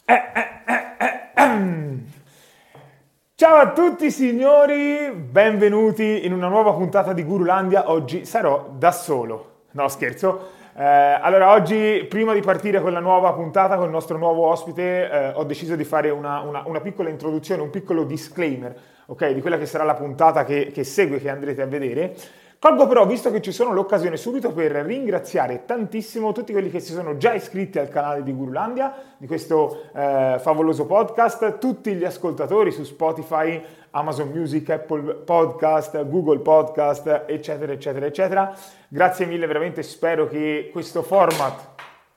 Ciao a tutti signori, benvenuti in una nuova puntata di Gurulandia. Oggi sarò da solo, no scherzo. Allora oggi, prima di partire con la nuova puntata, con il nostro nuovo ospite, ho deciso di fare una piccola introduzione, un piccolo disclaimer, ok, di quella che sarà la puntata che segue, che andrete a vedere. Colgo però, visto che ci sono, l'occasione subito per ringraziare tantissimo tutti quelli che si sono già iscritti al canale di Gurulandia, di questo favoloso podcast, tutti gli ascoltatori su Spotify, Amazon Music, Apple Podcast, Google Podcast, eccetera, eccetera, eccetera. Grazie mille, veramente spero che questo format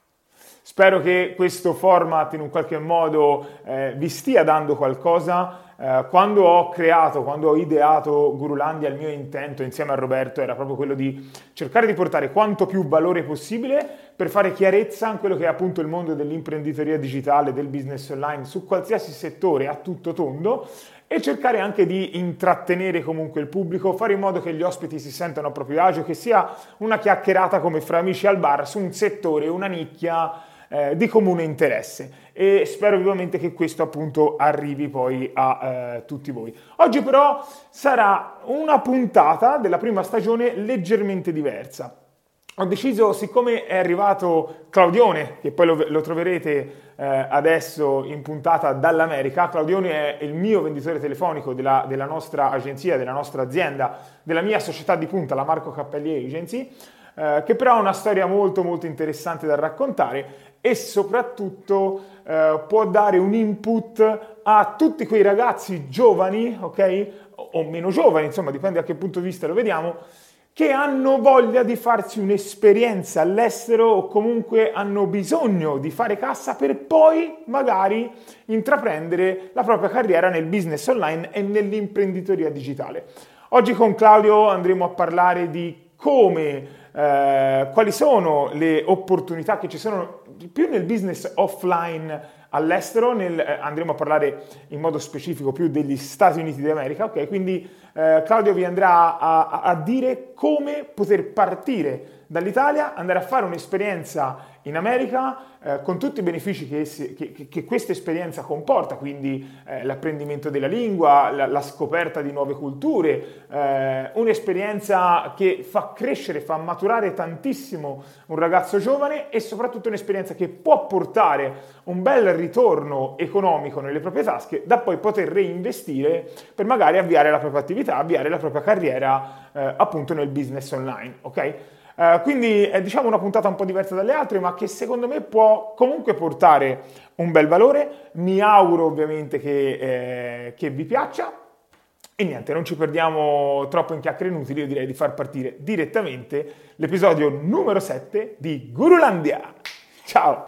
in un qualche modo vi stia dando qualcosa. Quando ho ideato Gurulandia, il mio intento insieme a Roberto era proprio quello di cercare di portare quanto più valore possibile per fare chiarezza in quello che è appunto il mondo dell'imprenditoria digitale, del business online, su qualsiasi settore a tutto tondo, e cercare anche di intrattenere comunque il pubblico, fare in modo che gli ospiti si sentano a proprio agio, che sia una chiacchierata come fra amici al bar su un settore, una nicchia di comune interesse, e spero vivamente che questo appunto arrivi poi a tutti voi. Oggi però sarà una puntata della prima stagione leggermente diversa. Ho deciso, siccome è arrivato Claudione, che poi lo troverete adesso in puntata dall'America. Claudione è il mio venditore telefonico della nostra agenzia, della nostra azienda, della mia società di punta, la Marco Cappelli Agency, che però ha una storia molto molto interessante da raccontare e soprattutto può dare un input a tutti quei ragazzi giovani, ok? O meno giovani, insomma, dipende da che punto di vista lo vediamo, che hanno voglia di farsi un'esperienza all'estero o comunque hanno bisogno di fare cassa per poi magari intraprendere la propria carriera nel business online e nell'imprenditoria digitale. Oggi con Claudio andremo a parlare di quali sono le opportunità che ci sono più nel business offline all'estero. Andremo a parlare in modo specifico più degli Stati Uniti d'America, ok? Quindi Claudio vi andrà a dire come poter partire dall'Italia, andare a fare un'esperienza in America con tutti i benefici che questa esperienza comporta, quindi l'apprendimento della lingua, la scoperta di nuove culture, un'esperienza che fa crescere, fa maturare tantissimo un ragazzo giovane, e soprattutto un'esperienza che può portare un bel ritorno economico nelle proprie tasche, da poi poter reinvestire per magari avviare la propria attività, avviare la propria carriera appunto nel business online, ok? Quindi è diciamo una puntata un po' diversa dalle altre, ma che secondo me può comunque portare un bel valore. Mi auguro ovviamente che vi piaccia, e niente, non ci perdiamo troppo in chiacchiere inutili. Io direi di far partire direttamente l'episodio numero 7 di Gurulandia. Ciao!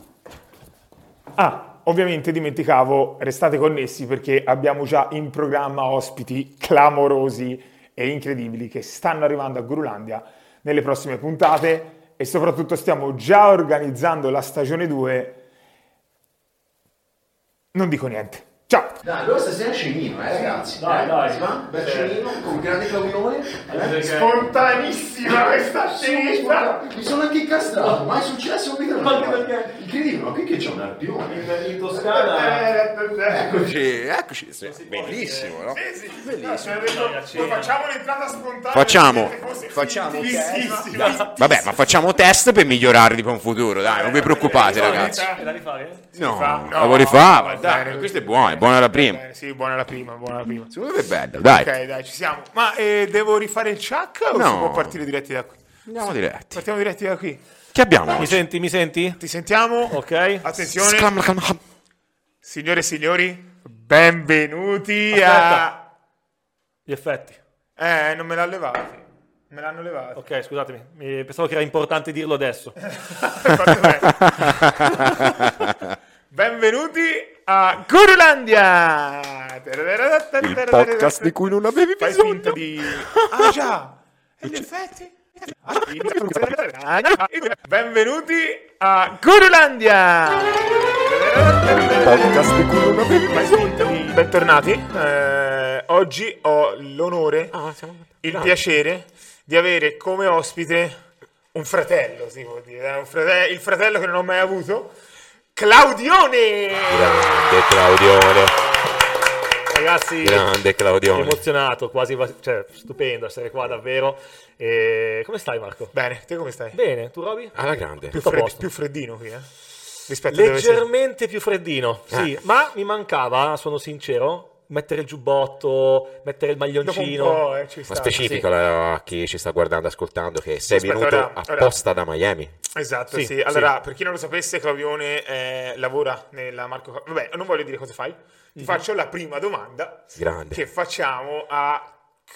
Ovviamente dimenticavo, restate connessi perché abbiamo già in programma ospiti clamorosi e incredibili che stanno arrivando a Gurulandia nelle prossime puntate, e soprattutto stiamo già organizzando la stagione 2. Non dico niente. Ciao! Dai, allora stasera cenino, ragazzi. Dai. Bel cenino, con grande Claudione. Spontaneissima questa scelta! Mi sono anche incastrato, mai successo un video. Incredibile, ma qui che c'è un arpione. In Toscana. Eccoci, sì. Bellissimo, no? Sì. Bellissimo. Facciamo l'entrata spontanea. Facciamo vabbè, ma facciamo test per migliorare di per un futuro, dai, non vi preoccupate, ragazzi. È da rifare? No, la vuoi rifare? Dai, questa è buona la prima. Sì, buona la prima. Secondo me è bella, dai. Ok, dai, ci siamo. Ma devo rifare il chuck o No. si può partire diretti da qui? Andiamo diretti. Partiamo diretti da qui. Che abbiamo? Mi senti? Ti sentiamo? Ok. Attenzione. Sclam. Signore e signori, benvenuti Aspetta. Gli effetti. Non me l'hanno levati. Me l'hanno levati. Ok, scusatemi. Pensavo che era importante dirlo adesso. Benvenuti a Gurulandia! Il podcast di cui non avevi Fai bisogno. finta di... Ah già! E gli effetti? Benvenuti a Gurulandia! Podcast di cui non avevi Fai finta di... Bentornati. Oggi ho l'onore, il piacere di avere come ospite un fratello, si può dire. Il fratello che non ho mai avuto, Claudione! Grande Claudione. Ragazzi, Grande Claudione. emozionato, quasi, cioè, stupendo essere qua davvero. Come stai, Marco? Bene, te come stai? Bene, tu Roby? Alla grande. Tutto a posto. Più freddino qui, rispetto a dove sei. Leggermente più freddino, sì, ma mi mancava, sono sincero, mettere il giubbotto, mettere il Dopo un maglioncino. po', ci Ma sta. specifica a chi ci sta guardando, ascoltando, che sei Aspetta, venuto ora- apposta da Miami. Esatto, Sì, sì. Allora, per chi non lo sapesse, Claudione lavora nella Marco... Vabbè, non voglio dire cosa fai. Ti faccio la prima domanda Grande. che facciamo a...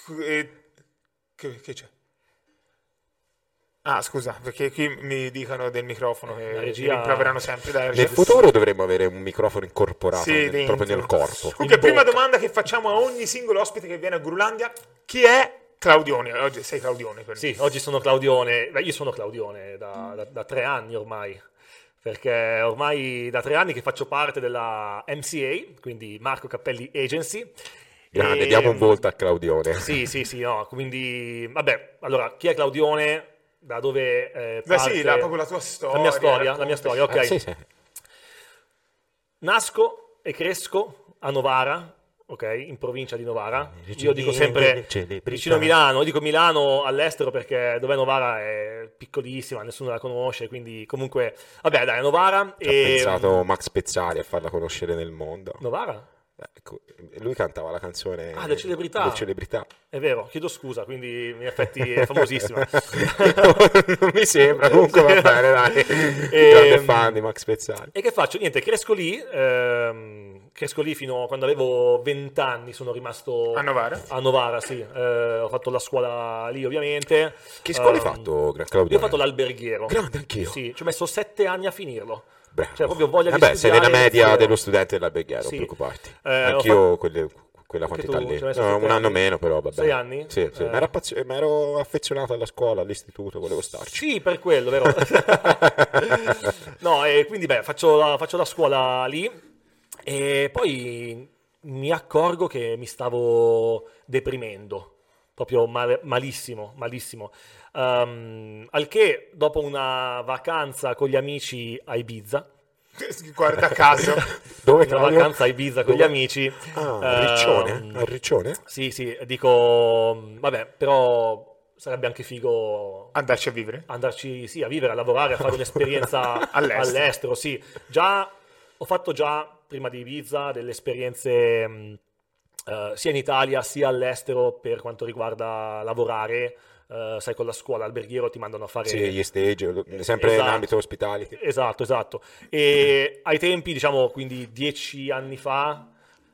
Che c'è? Ah, scusa, perché qui mi dicono del microfono che La mi regia- rimproveranno sempre. Dai, Nel futuro dovremmo avere un microfono incorporato Sì, dentro. proprio nel corpo. Comunque, In prima bocca. domanda che facciamo a ogni singolo ospite che viene a Gurulandia: chi è Claudione? Oggi sei Claudione. Per Sì, oggi sono Claudione. Beh, io sono Claudione da 3 anni ormai, perché ormai da 3 anni che faccio parte della MCA, quindi Marco Cappelli Agency. Grande, E- diamo un volto a Claudione. Sì, no, quindi, vabbè, allora, chi è Claudione? Da dove Beh, parte? sì, proprio la tua storia. La mia storia, raccontaci. ok. Sì. Nasco e cresco a Novara, ok, in provincia di Novara. Io dico sempre vicino a Milano, io dico Milano all'estero perché dov'è Novara è piccolissima, nessuno la conosce, quindi comunque, vabbè dai, Novara Ha e... pensato Max Pezzali a farla conoscere nel mondo. Novara? Ecco, lui cantava la canzone Le celebrità. Le celebrità. È vero, chiedo scusa, quindi in effetti è famosissima. Non mi sembra, comunque va bene, dai. Grande fan di Max Pezzali. E che faccio? Niente, cresco lì fino a quando avevo 20 anni, sono rimasto A Novara? A Novara, sì. Ho fatto la scuola lì, ovviamente. Che scuola hai fatto, Claudio? Io ho fatto l'alberghiero. Grande, anch'io. Sì, ci ho messo 7 anni a finirlo. Bravo. Cioè, proprio voglia di Vabbè, sei nella studiare, media zero. dello studente dell'alberghiero, Sì. non preoccuparti. Ho Anch'io quella Anche quantità tu lì. ci hai messo No, 7 un anno anni? meno, però vabbè. 6 anni? Sì. Ma ero affezionato alla scuola, all'istituto, volevo starci. Sì, per quello, vero? No, e quindi faccio la scuola lì e poi mi accorgo che mi stavo deprimendo, proprio malissimo. Al che, dopo una vacanza con gli amici a Ibiza, Guarda caso. Dove, una Claudio? vacanza a Ibiza con gli amici. Ah, Riccione? A Riccione? Sì, dico, vabbè, però sarebbe anche figo Andarci a vivere? andarci, sì, a vivere, a lavorare, a fare un'esperienza all'estero, sì. Ho fatto prima di Ibiza, delle esperienze sia in Italia sia all'estero per quanto riguarda lavorare. Sai, con la scuola alberghiero ti mandano a fare... Sì, gli stage, sempre in Esatto. ambito hospitality. Esatto. E ai tempi, diciamo, quindi 10 anni fa,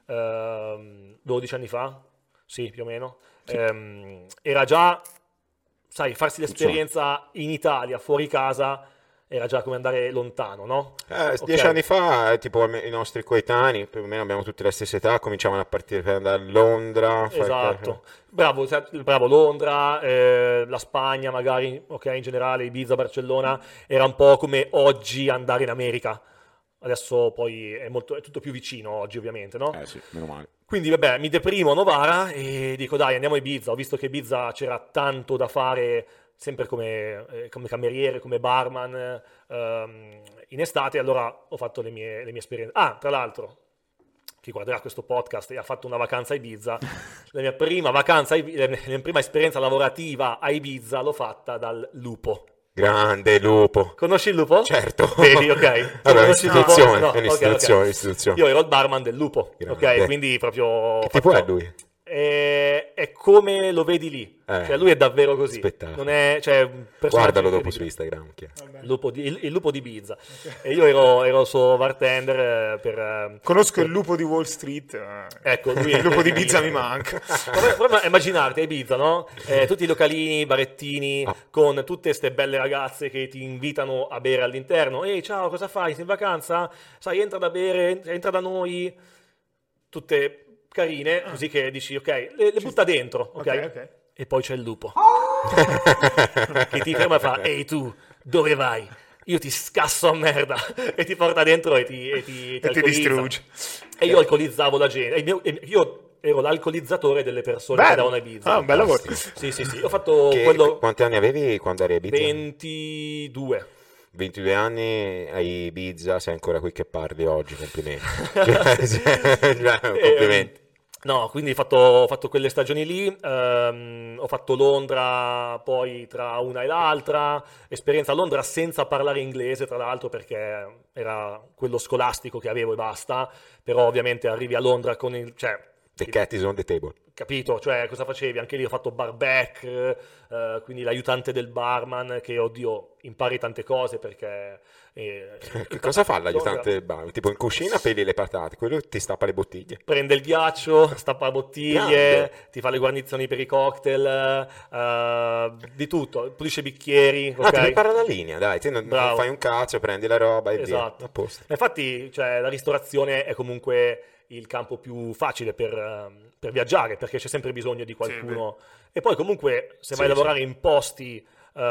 12 anni fa, sì, più o meno, era già, sai, farsi l'esperienza in Italia, fuori casa, era già come andare lontano, no? 10 Ok. anni fa, tipo i nostri coetanei, più o meno abbiamo tutte la stessa età, cominciavano a partire per andare a Londra. Esatto, bravo Londra, la Spagna magari, ok, in generale Ibiza, Barcellona, era un po' come oggi andare in America. Adesso poi è tutto più vicino oggi, ovviamente, no? Sì, meno male. Quindi vabbè, mi deprimo a Novara e dico dai, andiamo a Ibiza. Ho visto che a Ibiza c'era tanto da fare, sempre come cameriere, come barman, in estate, allora ho fatto le mie esperienze. Ah, tra l'altro, chi guarderà questo podcast e ha fatto una vacanza a Ibiza, la mia prima esperienza lavorativa a Ibiza l'ho fatta dal Lupo. Grande Lupo. Conosci il Lupo? Certo. Vedi, ok. Allora, Conosci il Lupo? istituzione, No, è ok. un'istituzione. Io ero il barman del Lupo, Grande. ok? Quindi proprio... Che tipo è lui? È come lo vedi lì, cioè lui è davvero così. Spettacolo. Non è, cioè, un personaggio Guardalo dopo su incredibile. Instagram. chi è? Il lupo di Ibiza. E io ero il suo bartender per... Conosco il lupo di Wall Street. Ecco, lui Il lupo di Ibiza mi manca. Prova a immaginarti a Ibiza, no? Tutti i localini, barettini, con tutte queste belle ragazze che ti invitano a bere all'interno. Ehi, ciao, cosa fai? Sei in vacanza? Sai, entra da bere, entra da noi. Tutte carine, così che dici, ok, le butta dentro, ok? E poi c'è il lupo che ti ferma e fa, ehi tu, dove vai? Io ti scasso a merda e ti porta dentro e ti alcolizza. distrugge. E io alcolizzavo la gente. Io ero l'alcolizzatore delle persone che andavano a Ibiza. Ah, un bel lavoro. Sì. Ho fatto quello Quanti anni avevi quando eri a Ibiza? 22. 22 anni a Ibiza, sei ancora qui che parli oggi, complimenti. Complimenti. No, quindi ho fatto quelle stagioni lì, ho fatto Londra poi tra una e l'altra, esperienza a Londra senza parlare inglese tra l'altro perché era quello scolastico che avevo e basta, però ovviamente arrivi a Londra con il... Cioè, The cat is on the table. Capito? Cioè, cosa facevi? Anche lì ho fatto barback, quindi l'aiutante del barman, che oddio, impari tante cose perché... Cosa fa l'aiutante del barman? Tipo in cucina peli le patate, quello ti stappa le bottiglie. Prende il ghiaccio, stappa le bottiglie, ti fa le guarnizioni per i cocktail, di tutto, pulisce i bicchieri, Ti ok? prepara la linea, dai, te non Bravo. fai un cazzo, prendi la roba e Esatto. via. A posto. Infatti, cioè, la ristorazione è comunque il campo più facile per viaggiare, perché c'è sempre bisogno di qualcuno. E poi comunque, se vai a lavorare in posti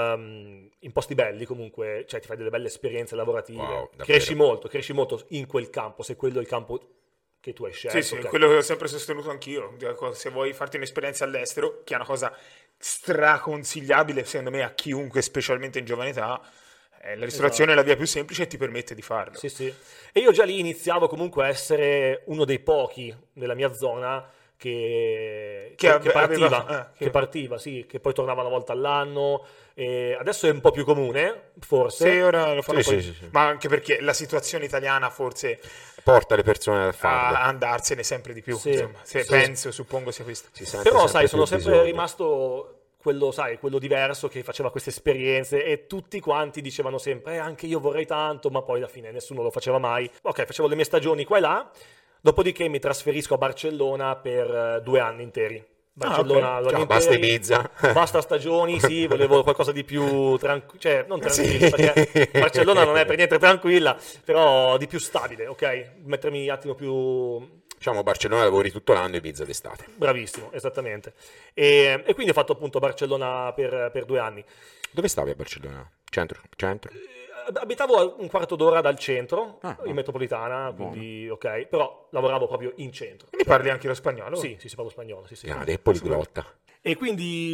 belli, comunque, cioè ti fai delle belle esperienze lavorative, Wow, cresci molto in quel campo, se quello è il campo che tu hai scelto. Sì, ok? quello che ho sempre sostenuto anch'io. Se vuoi farti un'esperienza all'estero, che è una cosa straconsigliabile secondo me a chiunque, specialmente in giovane età, la ristorazione è la via più semplice e ti permette di farlo. Sì, sì. E io già lì iniziavo comunque a essere uno dei pochi nella mia zona che partiva, sì, che poi tornava una volta all'anno. E adesso è un po' più comune, forse. Sì, ora lo fanno Sì. ma anche perché la situazione italiana forse Porta le persone a farlo. a andarsene sempre di più. Sì, Insomma. sì. Penso, suppongo sia questo. Si sente Però, sempre sai, sono più sempre bisogno. rimasto quello diverso che faceva queste esperienze e tutti quanti dicevano sempre anche io vorrei tanto, ma poi alla fine nessuno lo faceva mai. Ok, facevo le mie stagioni qua e là, dopodiché mi trasferisco a Barcellona per 2 anni interi. Barcellona, ok. due anni Basta interi, Ibiza. basta stagioni, sì, volevo qualcosa di più tranquillo, cioè non tranquillo, perché Barcellona non è per niente tranquilla, però di più stabile, ok? Mettermi un attimo più... Diciamo Barcellona lavori tutto l'anno e Ibiza d'estate. Bravissimo, esattamente. E quindi ho fatto appunto Barcellona per 2 anni. Dove stavi a Barcellona? Centro? Abitavo a un quarto d'ora dal centro, Ah, in metropolitana, quindi ok, però lavoravo proprio in centro. Quindi parli anche lo spagnolo? Sì, parlo spagnolo, sì. Grande, poliglotta. E quindi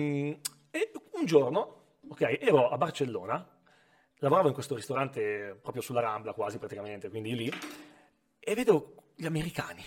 un giorno, ok, ero a Barcellona, lavoravo in questo ristorante proprio sulla Rambla quasi praticamente, quindi lì, e vedo gli americani.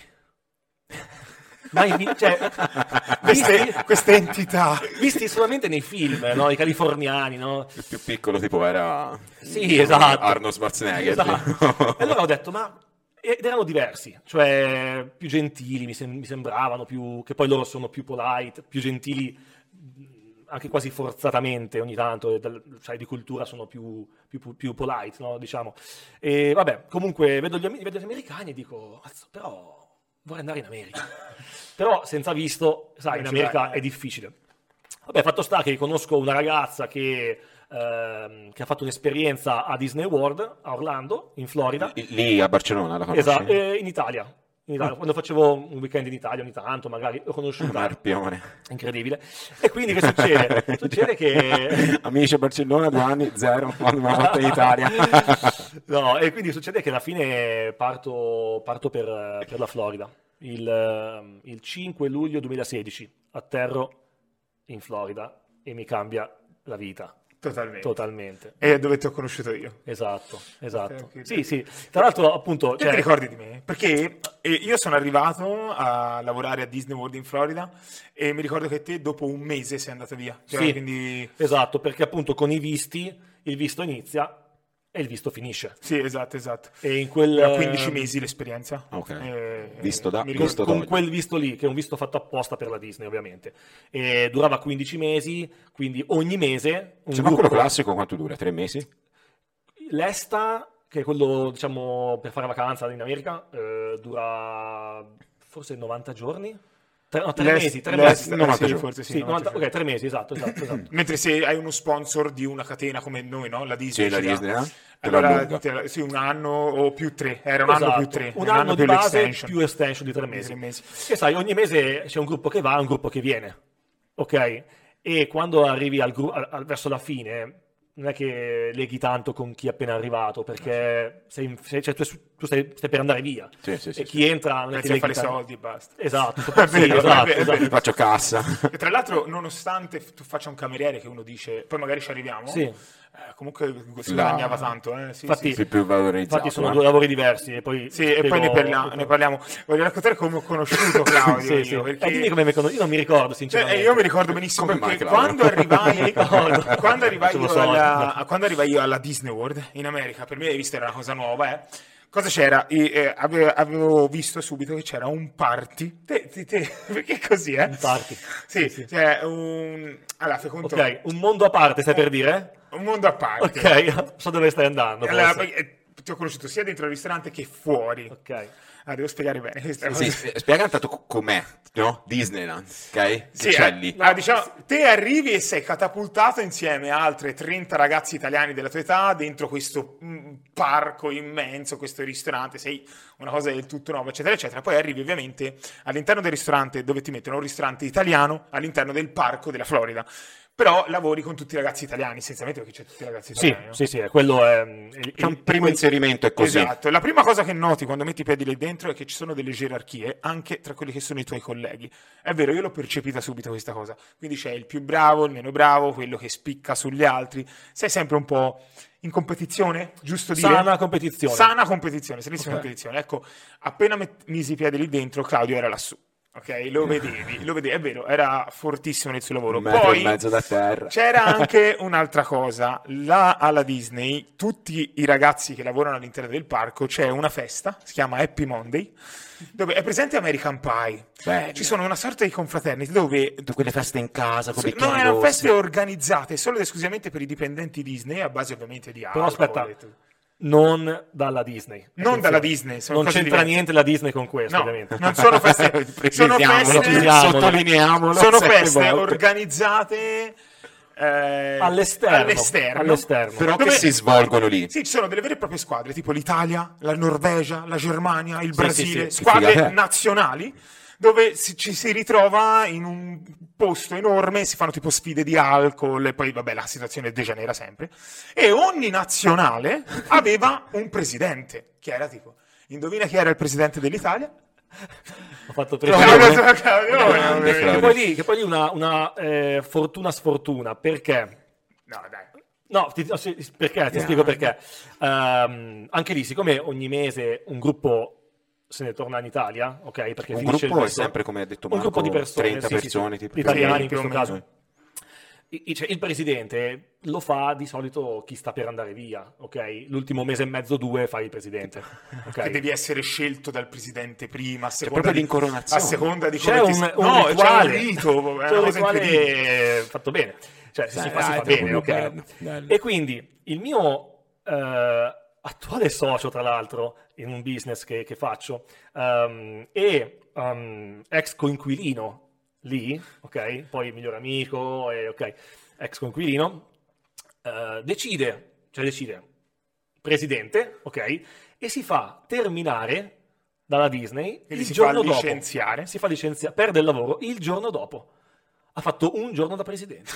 Queste entità. Visti solamente nei film, no? I californiani, no? Il più piccolo tipo era Sì, esatto. Arnold Schwarzenegger. Esatto. E allora ho detto, ed erano diversi, cioè più gentili, mi sembravano, che poi loro sono più polite, più gentili, anche quasi forzatamente ogni tanto, sai, di cultura sono più polite, no? Diciamo. E vabbè, comunque vedo gli americani e dico, però vorrei andare in America. Però senza visto, sai, in America è difficile. Vabbè, fatto sta che conosco una ragazza che ha fatto un'esperienza a Disney World a Orlando, in Florida. Lì a Barcellona la conosci? Esatto, in Italia. Quando facevo un weekend in Italia ogni tanto, magari l'ho conosciuta. Marpione. Incredibile. E quindi che succede? Succede che... Amici a Barcellona, 2 anni, 0, quando mi ho fatto in Italia. No, e quindi succede che alla fine parto per la Florida. Il 5 luglio 2016 atterro in Florida e mi cambia la vita. Totalmente. E dove ti ho conosciuto io. Esatto. Ok. Sì. Tra l'altro, appunto... Te ti ricordi di me? Perché io sono arrivato a lavorare a Disney World in Florida e mi ricordo che te dopo un mese sei andato via. Cioè, Sì, quindi... esatto, perché appunto con i visti, il visto inizia e il visto finisce. Sì, esatto. E in quel... Era 15 mesi l'esperienza. Ok. Visto da... mi ricordo- visto con d'oggi. quel visto lì, che è un visto fatto apposta per la Disney, ovviamente. E durava 15 mesi, quindi ogni mese un Se no gruppo... quello classico quanto dura? 3 mesi? L'ESTA, che è quello, diciamo, per fare vacanza in America, dura forse 90 giorni? 3 mesi, 3 mesi. 90 sì, giorni. forse sì. Sì, 90 ok, 3 mesi, esatto. Mentre se hai uno sponsor di una catena come noi, no? La Disney. Sì, la ci dà. Disney, te la Allora, allunga. sì, un anno o più 3. Era un anno più 3. Un anno di più base l'extension. più extension di 3 mesi. 3 mesi. E sai, ogni mese c'è un gruppo che va e un gruppo che viene, ok? E quando arrivi verso la fine, non è che leghi tanto con chi è appena arrivato, perché cioè, tu stai per andare via. Sì, E chi entra non è che Pensi a leghi fare tanto. soldi e basta. Esatto, sì, vero, esatto, è vero. esatto. Faccio cassa. E tra l'altro, nonostante tu faccia un cameriere che uno dice, poi magari ci arriviamo, Sì. Comunque si guadagnava tanto, Sì, Infatti, sì. più valorizzato. Infatti sono due lavori diversi e poi Sì, e poi ne parliamo. Voglio raccontare come ho conosciuto Claudio. sì. Perché... dimmi come mi conosci, io non mi ricordo sinceramente. Io mi ricordo benissimo Come mai, perché Claudio? quando arrivai io alla Disney World in America, per me hai visto era una cosa nuova, Cosa c'era? Avevo visto subito che c'era un party. Perché così, Un party. Sì. Cioè allora, fai conto... Ok, un mondo a parte, stai per dire? Un mondo a parte. Ok, so dove stai andando. Allora, forse. ti ho conosciuto sia dentro il ristorante che fuori. Ok. Devo spiegare bene questa cosa. Sì, spiega intanto com'è, no? Disneyland, ok? Sì, Che c'è lì? diciamo, te arrivi e sei catapultato insieme a altre 30 ragazzi italiani della tua età dentro questo parco immenso, questo ristorante, sei una cosa del tutto nuova, eccetera, eccetera. Poi arrivi ovviamente all'interno del ristorante dove ti mettono un ristorante italiano all'interno del parco della Florida. Però lavori con tutti i ragazzi italiani, essenzialmente perché c'è tutti i ragazzi italiani. No? Sì, quello è... C'è un primo inserimento è così. Esatto, la prima cosa che noti quando metti i piedi lì dentro è che ci sono delle gerarchie anche tra quelli che sono i tuoi colleghi. È vero, io l'ho percepita subito questa cosa. Quindi c'è il più bravo, il meno bravo, quello che spicca sugli altri. Sei sempre un po' in competizione, giusto dire? Sana competizione, serissima competizione. Ecco, appena misi i piedi lì dentro, Claudio era lassù. Ok, lo vedevi, è vero, era fortissimo nel suo lavoro. Poi in mezzo da terra. c'era anche un'altra cosa, là alla Disney, tutti i ragazzi che lavorano all'interno del parco, c'è una festa, si chiama Happy Monday, dove è presente American Pie. Ci sono una sorta di confraternity dove... Quelle feste in casa, con No, erano feste organizzate solo ed esclusivamente per i dipendenti Disney, a base ovviamente di Però alcol. aspetta, non dalla Disney. Non dalla Disney. Non c'entra niente la Disney con questo, no, ovviamente. non sono feste... Sottolineiamolo. Sono feste organizzate... all'esterno. Però che si svolgono lì. Sì, ci sono delle vere e proprie squadre, tipo l'Italia, la Norvegia, la Germania, il Brasile, sì. squadre nazionali, dove ci si ritrova in un posto enorme, si fanno tipo sfide di alcol, e poi vabbè la situazione degenera sempre, e ogni nazionale aveva un presidente, che era tipo, indovina chi era il presidente dell'Italia? Ho fatto Che poi lì una fortuna sfortuna, perché? No, dai. No, perché? Ti spiego perché. Anche lì, siccome ogni mese un gruppo se ne torna in Italia, ok? Perché Un finisce gruppo il è sempre, come ha detto un Marco, gruppo di persone, 30 persone. Tipo. Italiani in più o questo meno. caso. Il presidente lo fa di solito chi sta per andare via, ok? L'ultimo mese e mezzo, 2 fai il presidente, ok? Che devi essere scelto dal presidente prima, a seconda proprio di l'incoronazione. A seconda di C'è come un rituale, c'è un rito, c'è un rituale fatto bene, cioè se si fa bene, ok? Bello. E quindi il mio attuale socio, tra l'altro, in un business che faccio, e ex coinquilino lì, ok? Poi migliore amico, ok, ex coinquilino, decide, presidente, ok? E si fa terminare dalla Disney Quindi il si giorno fa dopo. licenziare. Si fa licenziare, perde il lavoro il giorno dopo. Ha fatto un giorno da presidente.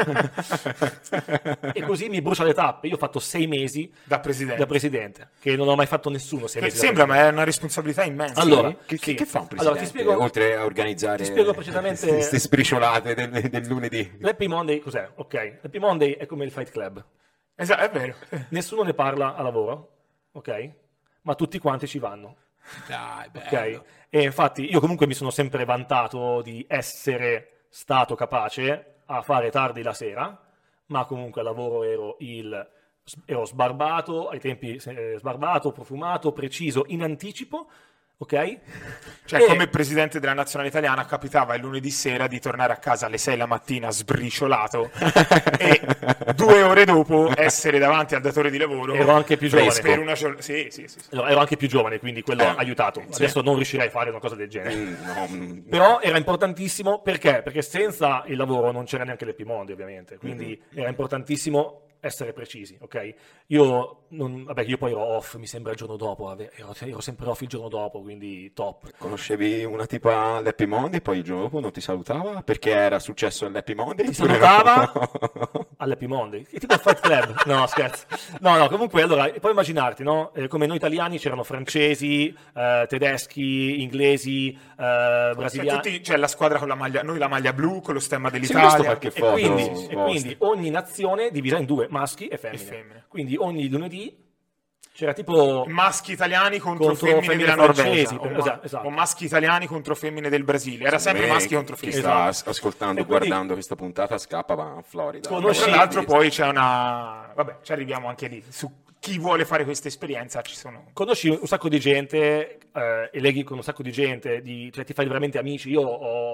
E così mi brucia le tappe. Io ho fatto 6 mesi da presidente. che non ho mai fatto nessuno 6 Che mesi. sembra, ma è una responsabilità immensa. Allora, Che sì. fa un presidente? Allora, ti spiego, oltre a organizzare ti spiego precisamente queste sbriciolate del lunedì. l'Happy Monday cos'è? Ok, l'Happy Monday è come il Fight Club. Esatto, è vero. Nessuno ne parla a lavoro, ok? Ma tutti quanti ci vanno. Dai, Ok? E infatti io comunque mi sono sempre vantato di essere stato capace a fare tardi la sera, ma comunque al lavoro ero sbarbato, ai tempi sbarbato, profumato, preciso, in anticipo, ok? Cioè, come presidente della nazionale italiana capitava il lunedì sera di tornare a casa alle 6 la mattina sbriciolato e 2 ore dopo essere davanti al datore di lavoro. Ero anche più giovane. Per una sì. Allora, ero anche più giovane, quindi quello ha aiutato. Adesso non riuscirei a fare una cosa del genere. No. Però era importantissimo perché? Perché senza il lavoro non c'era neanche l'Happy Monday, ovviamente. Quindi era importantissimo essere precisi, ok? Io poi ero off, mi sembra il giorno dopo, ero sempre off il giorno dopo, quindi top. Conoscevi una tipa all'Happy Monday, poi il giorno dopo non ti salutava perché era successo all'Happy Monday? Ti salutava all'Happy Monday, è tipo il Fight Club. No, scherzo. No, comunque, allora, puoi immaginarti, no? Come noi italiani c'erano francesi, tedeschi, inglesi, brasiliani. C'è la squadra con la maglia, noi la maglia blu con lo stemma Sì, ho visto dell'Italia. qualche E foto. quindi ogni nazione divisa in due, maschi e femmine. Quindi ogni lunedì c'era tipo Maschi italiani contro Contro femmine femmine della Norvegia francesi, o, esatto. o maschi italiani contro femmine del Brasile. Era sempre maschi contro chi femmine. sta ascoltando, E quindi- guardando questa puntata scappa, va a Florida. Conosci- Tra l'altro poi c'è una... Vabbè, ci arriviamo anche lì. Su chi vuole fare questa esperienza ci sono... conosci un sacco di gente e leghi con un sacco di gente, cioè ti fai veramente amici. Io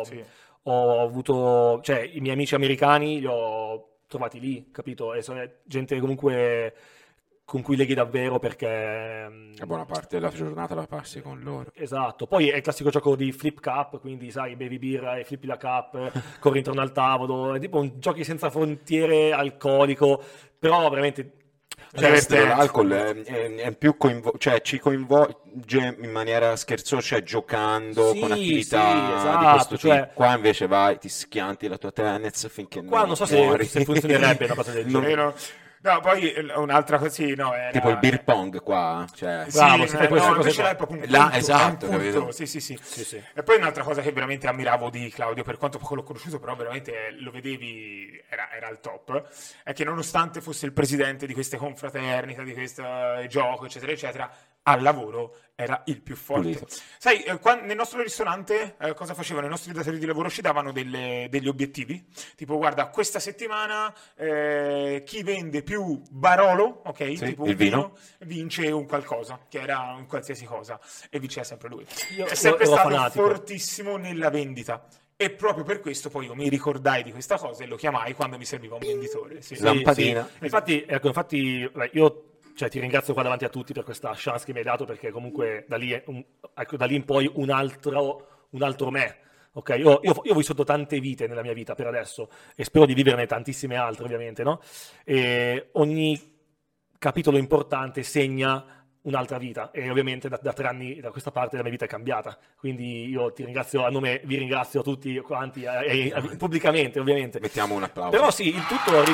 ho avuto, cioè i miei amici americani li ho trovati lì, capito? E sono gente comunque con cui leghi davvero perché... La buona parte della giornata la passi con loro. Esatto, poi è il classico gioco di flip cup, quindi sai, bevi birra e flippi la cup, corri intorno al tavolo, è tipo un giochi senza frontiere alcolico, però veramente... Cioè, l'alcol è più cioè ci coinvolge in maniera scherzosa, cioè giocando Sì, con attività sì, di esatto, questo cioè- tipo. Qua invece vai, ti schianti la tua tennis finché Qua non so muori. se funzionerebbe una cosa del Non- genere. No, poi un'altra cosa, sì, no, era... Tipo il beer pong qua, cioè... Sì, Bravo, si fa queste no, cose invece qua. là è proprio un Là, punto, esatto, è un punto, capito? sì. Sì. E poi un'altra cosa che veramente ammiravo di Claudio, per quanto poco l'ho conosciuto, però veramente lo vedevi, era al top, è che nonostante fosse il presidente di queste confraternite, di questo gioco, eccetera, eccetera, al lavoro era il più forte. Pulito. Sai, nel nostro ristorante cosa facevano? I nostri datori di lavoro ci davano degli obiettivi, tipo guarda, questa settimana chi vende più Barolo, ok? Sì, Tipo il un vino, vince un qualcosa, che era un qualsiasi cosa, e vinceva sempre lui. Io È sempre ero stato fanatico. fortissimo nella vendita. E proprio per questo poi io mi ricordai di questa cosa e lo chiamai quando mi serviva un venditore. Sì. Sì, Lampadina. sì. Infatti, beh, io ti ringrazio qua davanti a tutti per questa chance che mi hai dato, perché comunque da lì, da lì in poi un altro me. Ok, io ho vissuto tante vite nella mia vita per adesso e spero di viverne tantissime altre, ovviamente, no? E ogni capitolo importante segna un'altra vita e ovviamente da 3 anni da questa parte la mia vita è cambiata, quindi io ti ringrazio vi ringrazio tutti quanti pubblicamente, ovviamente. Mettiamo un applauso. Però sì, il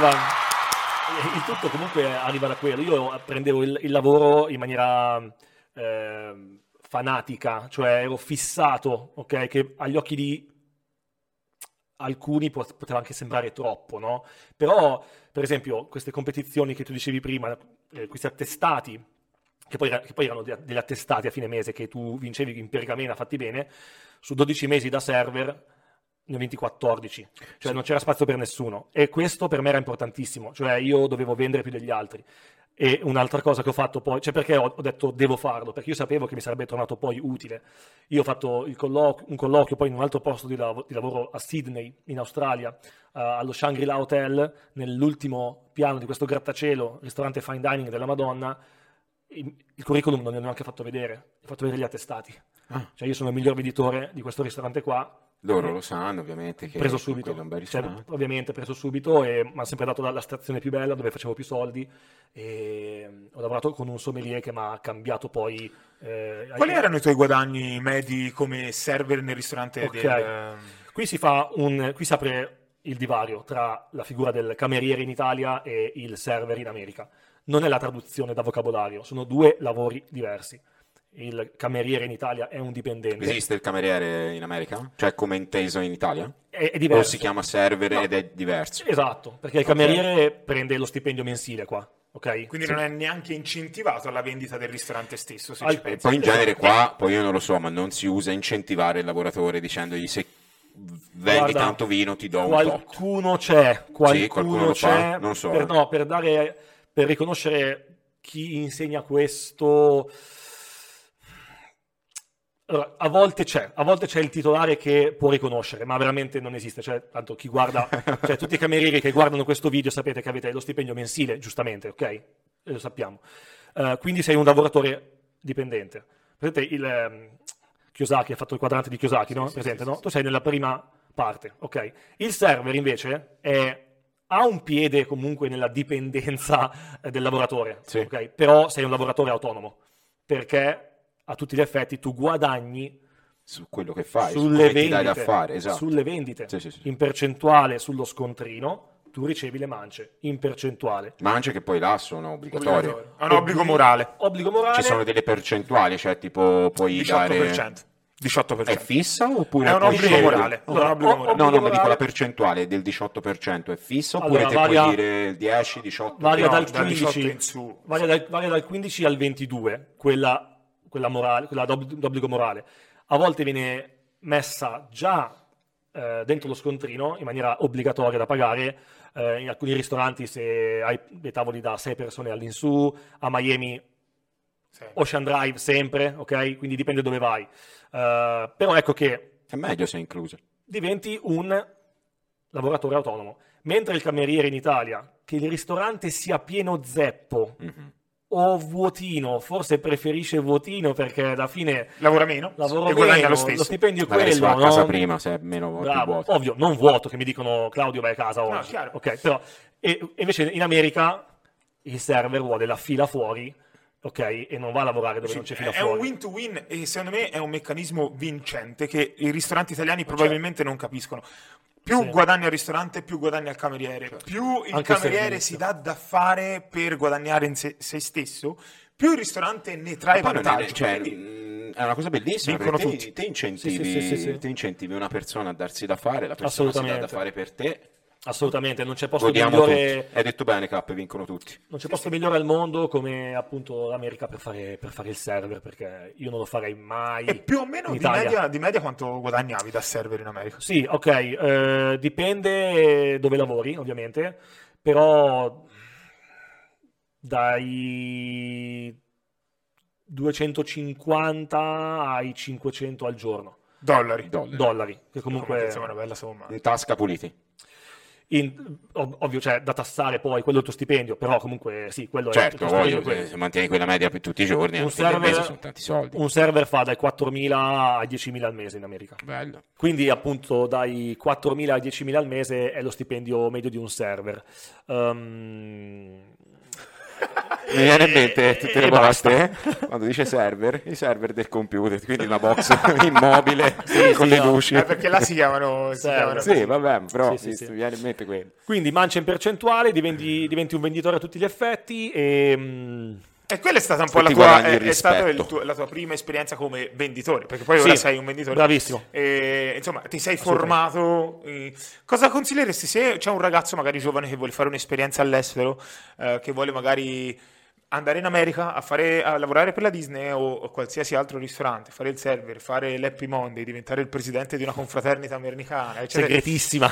tutto comunque arriva da quello. Io prendevo il lavoro in maniera fanatica, cioè ero fissato, ok, che agli occhi di alcuni poteva anche sembrare troppo, no? Però, per esempio, queste competizioni che tu dicevi prima, questi attestati, che poi erano degli attestati a fine mese che tu vincevi in pergamena fatti bene, su 12 mesi da server ne ho vinti 14, cioè non c'era spazio per nessuno, e questo per me era importantissimo, cioè io dovevo vendere più degli altri. E un'altra cosa che ho fatto poi, cioè perché ho detto devo farlo, perché io sapevo che mi sarebbe tornato poi utile. Io ho fatto un colloquio poi in un altro posto di lavoro a Sydney, in Australia, allo Shangri-La Hotel, nell'ultimo piano di questo grattacielo, ristorante fine dining della Madonna. Il curriculum non ne ho neanche fatto vedere, ho fatto vedere gli attestati. Cioè io sono il miglior venditore di questo ristorante qua. Loro lo sanno ovviamente che Preso subito, quello è un bel cioè, ristorante. ovviamente preso subito, e mi ha sempre dato la stazione più bella dove facevo più soldi, e ho lavorato con un sommelier che mi ha cambiato poi. Quali erano i tuoi guadagni medi come server nel ristorante Ok. Qui si apre il divario tra la figura del cameriere in Italia e il server in America. Non è la traduzione da vocabolario, sono 2 lavori diversi. Il cameriere in Italia è un dipendente. Esiste il cameriere in America? Cioè come inteso in Italia? È diverso. O si chiama server No. ed è diverso? Esatto, perché il cameriere prende lo stipendio mensile qua, ok? Quindi non è neanche incentivato alla vendita del ristorante stesso, se Al- ci E pensi. poi in genere qua, poi io non lo so, ma non si usa incentivare il lavoratore dicendogli se vendi Guarda, tanto vino ti do un tot. qualcuno c'è, qualcuno lo c'è fa, non so. Per riconoscere chi insegna questo. Allora, a volte c'è il titolare che può riconoscere, ma veramente non esiste. Cioè, tanto chi guarda, cioè tutti i camerieri che guardano questo video sapete che avete lo stipendio mensile, giustamente, ok? Lo sappiamo. Quindi sei un lavoratore dipendente. Presente Kiyosaki ha fatto il quadrante di Kiyosaki, no? Presente, no? Tu sei nella prima parte, ok? Il server invece ha un piede comunque nella dipendenza del lavoratore, Sì. ok? Però sei un lavoratore autonomo, perché a tutti gli effetti tu guadagni Su quello che fai, su sulle come ti dai da vendite, fare, esatto. sulle vendite, Sì, sì, sì. in percentuale sullo scontrino, tu ricevi le mance in percentuale. Mance che poi là sono obbligatorie. È un obbligo morale. Obbligo morale. Ci sono delle percentuali, cioè tipo puoi 18%. dare... 18%. È fissa oppure È un puoi obbligo scegliere? morale. Allora, Un obbligo morale. No, ma dico morale- la percentuale del 18% è fissa oppure Allora, te varia- puoi dire il 10, 18? Varia No, dal dal 18 15, in su. varia dal 15 al 22, quella morale, quella d'obbligo morale. A volte viene messa già dentro lo scontrino in maniera obbligatoria da pagare. In alcuni ristoranti, se hai dei tavoli da 6 persone all'insù, a Miami Ocean Drive sempre, ok? Quindi dipende dove vai. Però ecco che È meglio se è incluso. diventi un lavoratore autonomo. Mentre il cameriere in Italia, che il ristorante sia pieno zeppo o vuotino, forse preferisce vuotino perché alla fine Lavora meno lavoro e guadagna meno, lo stesso. stipendio è Magari si va quello, a casa no? prima se è meno più Bravo, vuoto. ovvio, non vuoto che mi dicono Claudio vai a casa oggi. chiaro. Ok, però e invece in America il server vuole la fila fuori, ok, e non va a lavorare dove non c'è fila È un fuori. win to win e secondo me è un meccanismo vincente che i ristoranti italiani probabilmente non capiscono. Più Sì. guadagni al ristorante, più guadagni al cameriere. Più il Anche il cameriere servizio. si dà da fare per guadagnare in se stesso, più il ristorante ne trae Poi non è, vantaggio. cioè, Quindi è una cosa bellissima vincono perché tutti. te incentivi, Sì. te incentivi una persona a darsi da fare, la persona si dà da Assolutamente. fare per te. Assolutamente, non c'è posto Godiamo migliore. tutti. Hai detto bene, Cap, vincono tutti. Non c'è posto migliore al mondo come appunto l'America per fare il server, perché io non lo farei mai E più o meno in di Italia. media quanto guadagnavi da server in America? Sì, ok, dipende dove lavori, ovviamente, però dai 250 ai 500 al giorno, Dollari. dollari, che comunque Insomma, una bella somma. In tasca puliti. ovvio, cioè da tassare poi, quello è il tuo stipendio, però comunque sì, quello è il Certo, tuo stipendio. voglio, se mantieni quella media per tutti i giorni, Un alla fine del mese server, sono tanti soldi. un server fa dai 4.000 ai 10.000 al mese in America. Bello. Quindi appunto dai 4.000 ai 10.000 al mese è lo stipendio medio di un server. Mi viene in mente tutte le e volte quando dice server, i server del computer, quindi una box immobile con le no. luci. Perché là si chiamano... Sì, vabbè, però Sì, sì. mi viene in mente quello. Quindi mancia in percentuale, diventi un venditore a tutti gli effetti e E quella è stata un po' Se la ti tua, guadagni il è stata rispetto. la tua prima esperienza come venditore, perché poi Sì, ora sei un venditore. bravissimo. E, insomma, ti sei formato. Cosa consiglieresti se c'è un ragazzo magari giovane che vuole fare un'esperienza all'estero, che vuole magari andare in America a lavorare per la Disney o qualsiasi altro ristorante, fare il server, fare l'Happy Monday, diventare il presidente di una confraternita americana, eccetera. segretissima.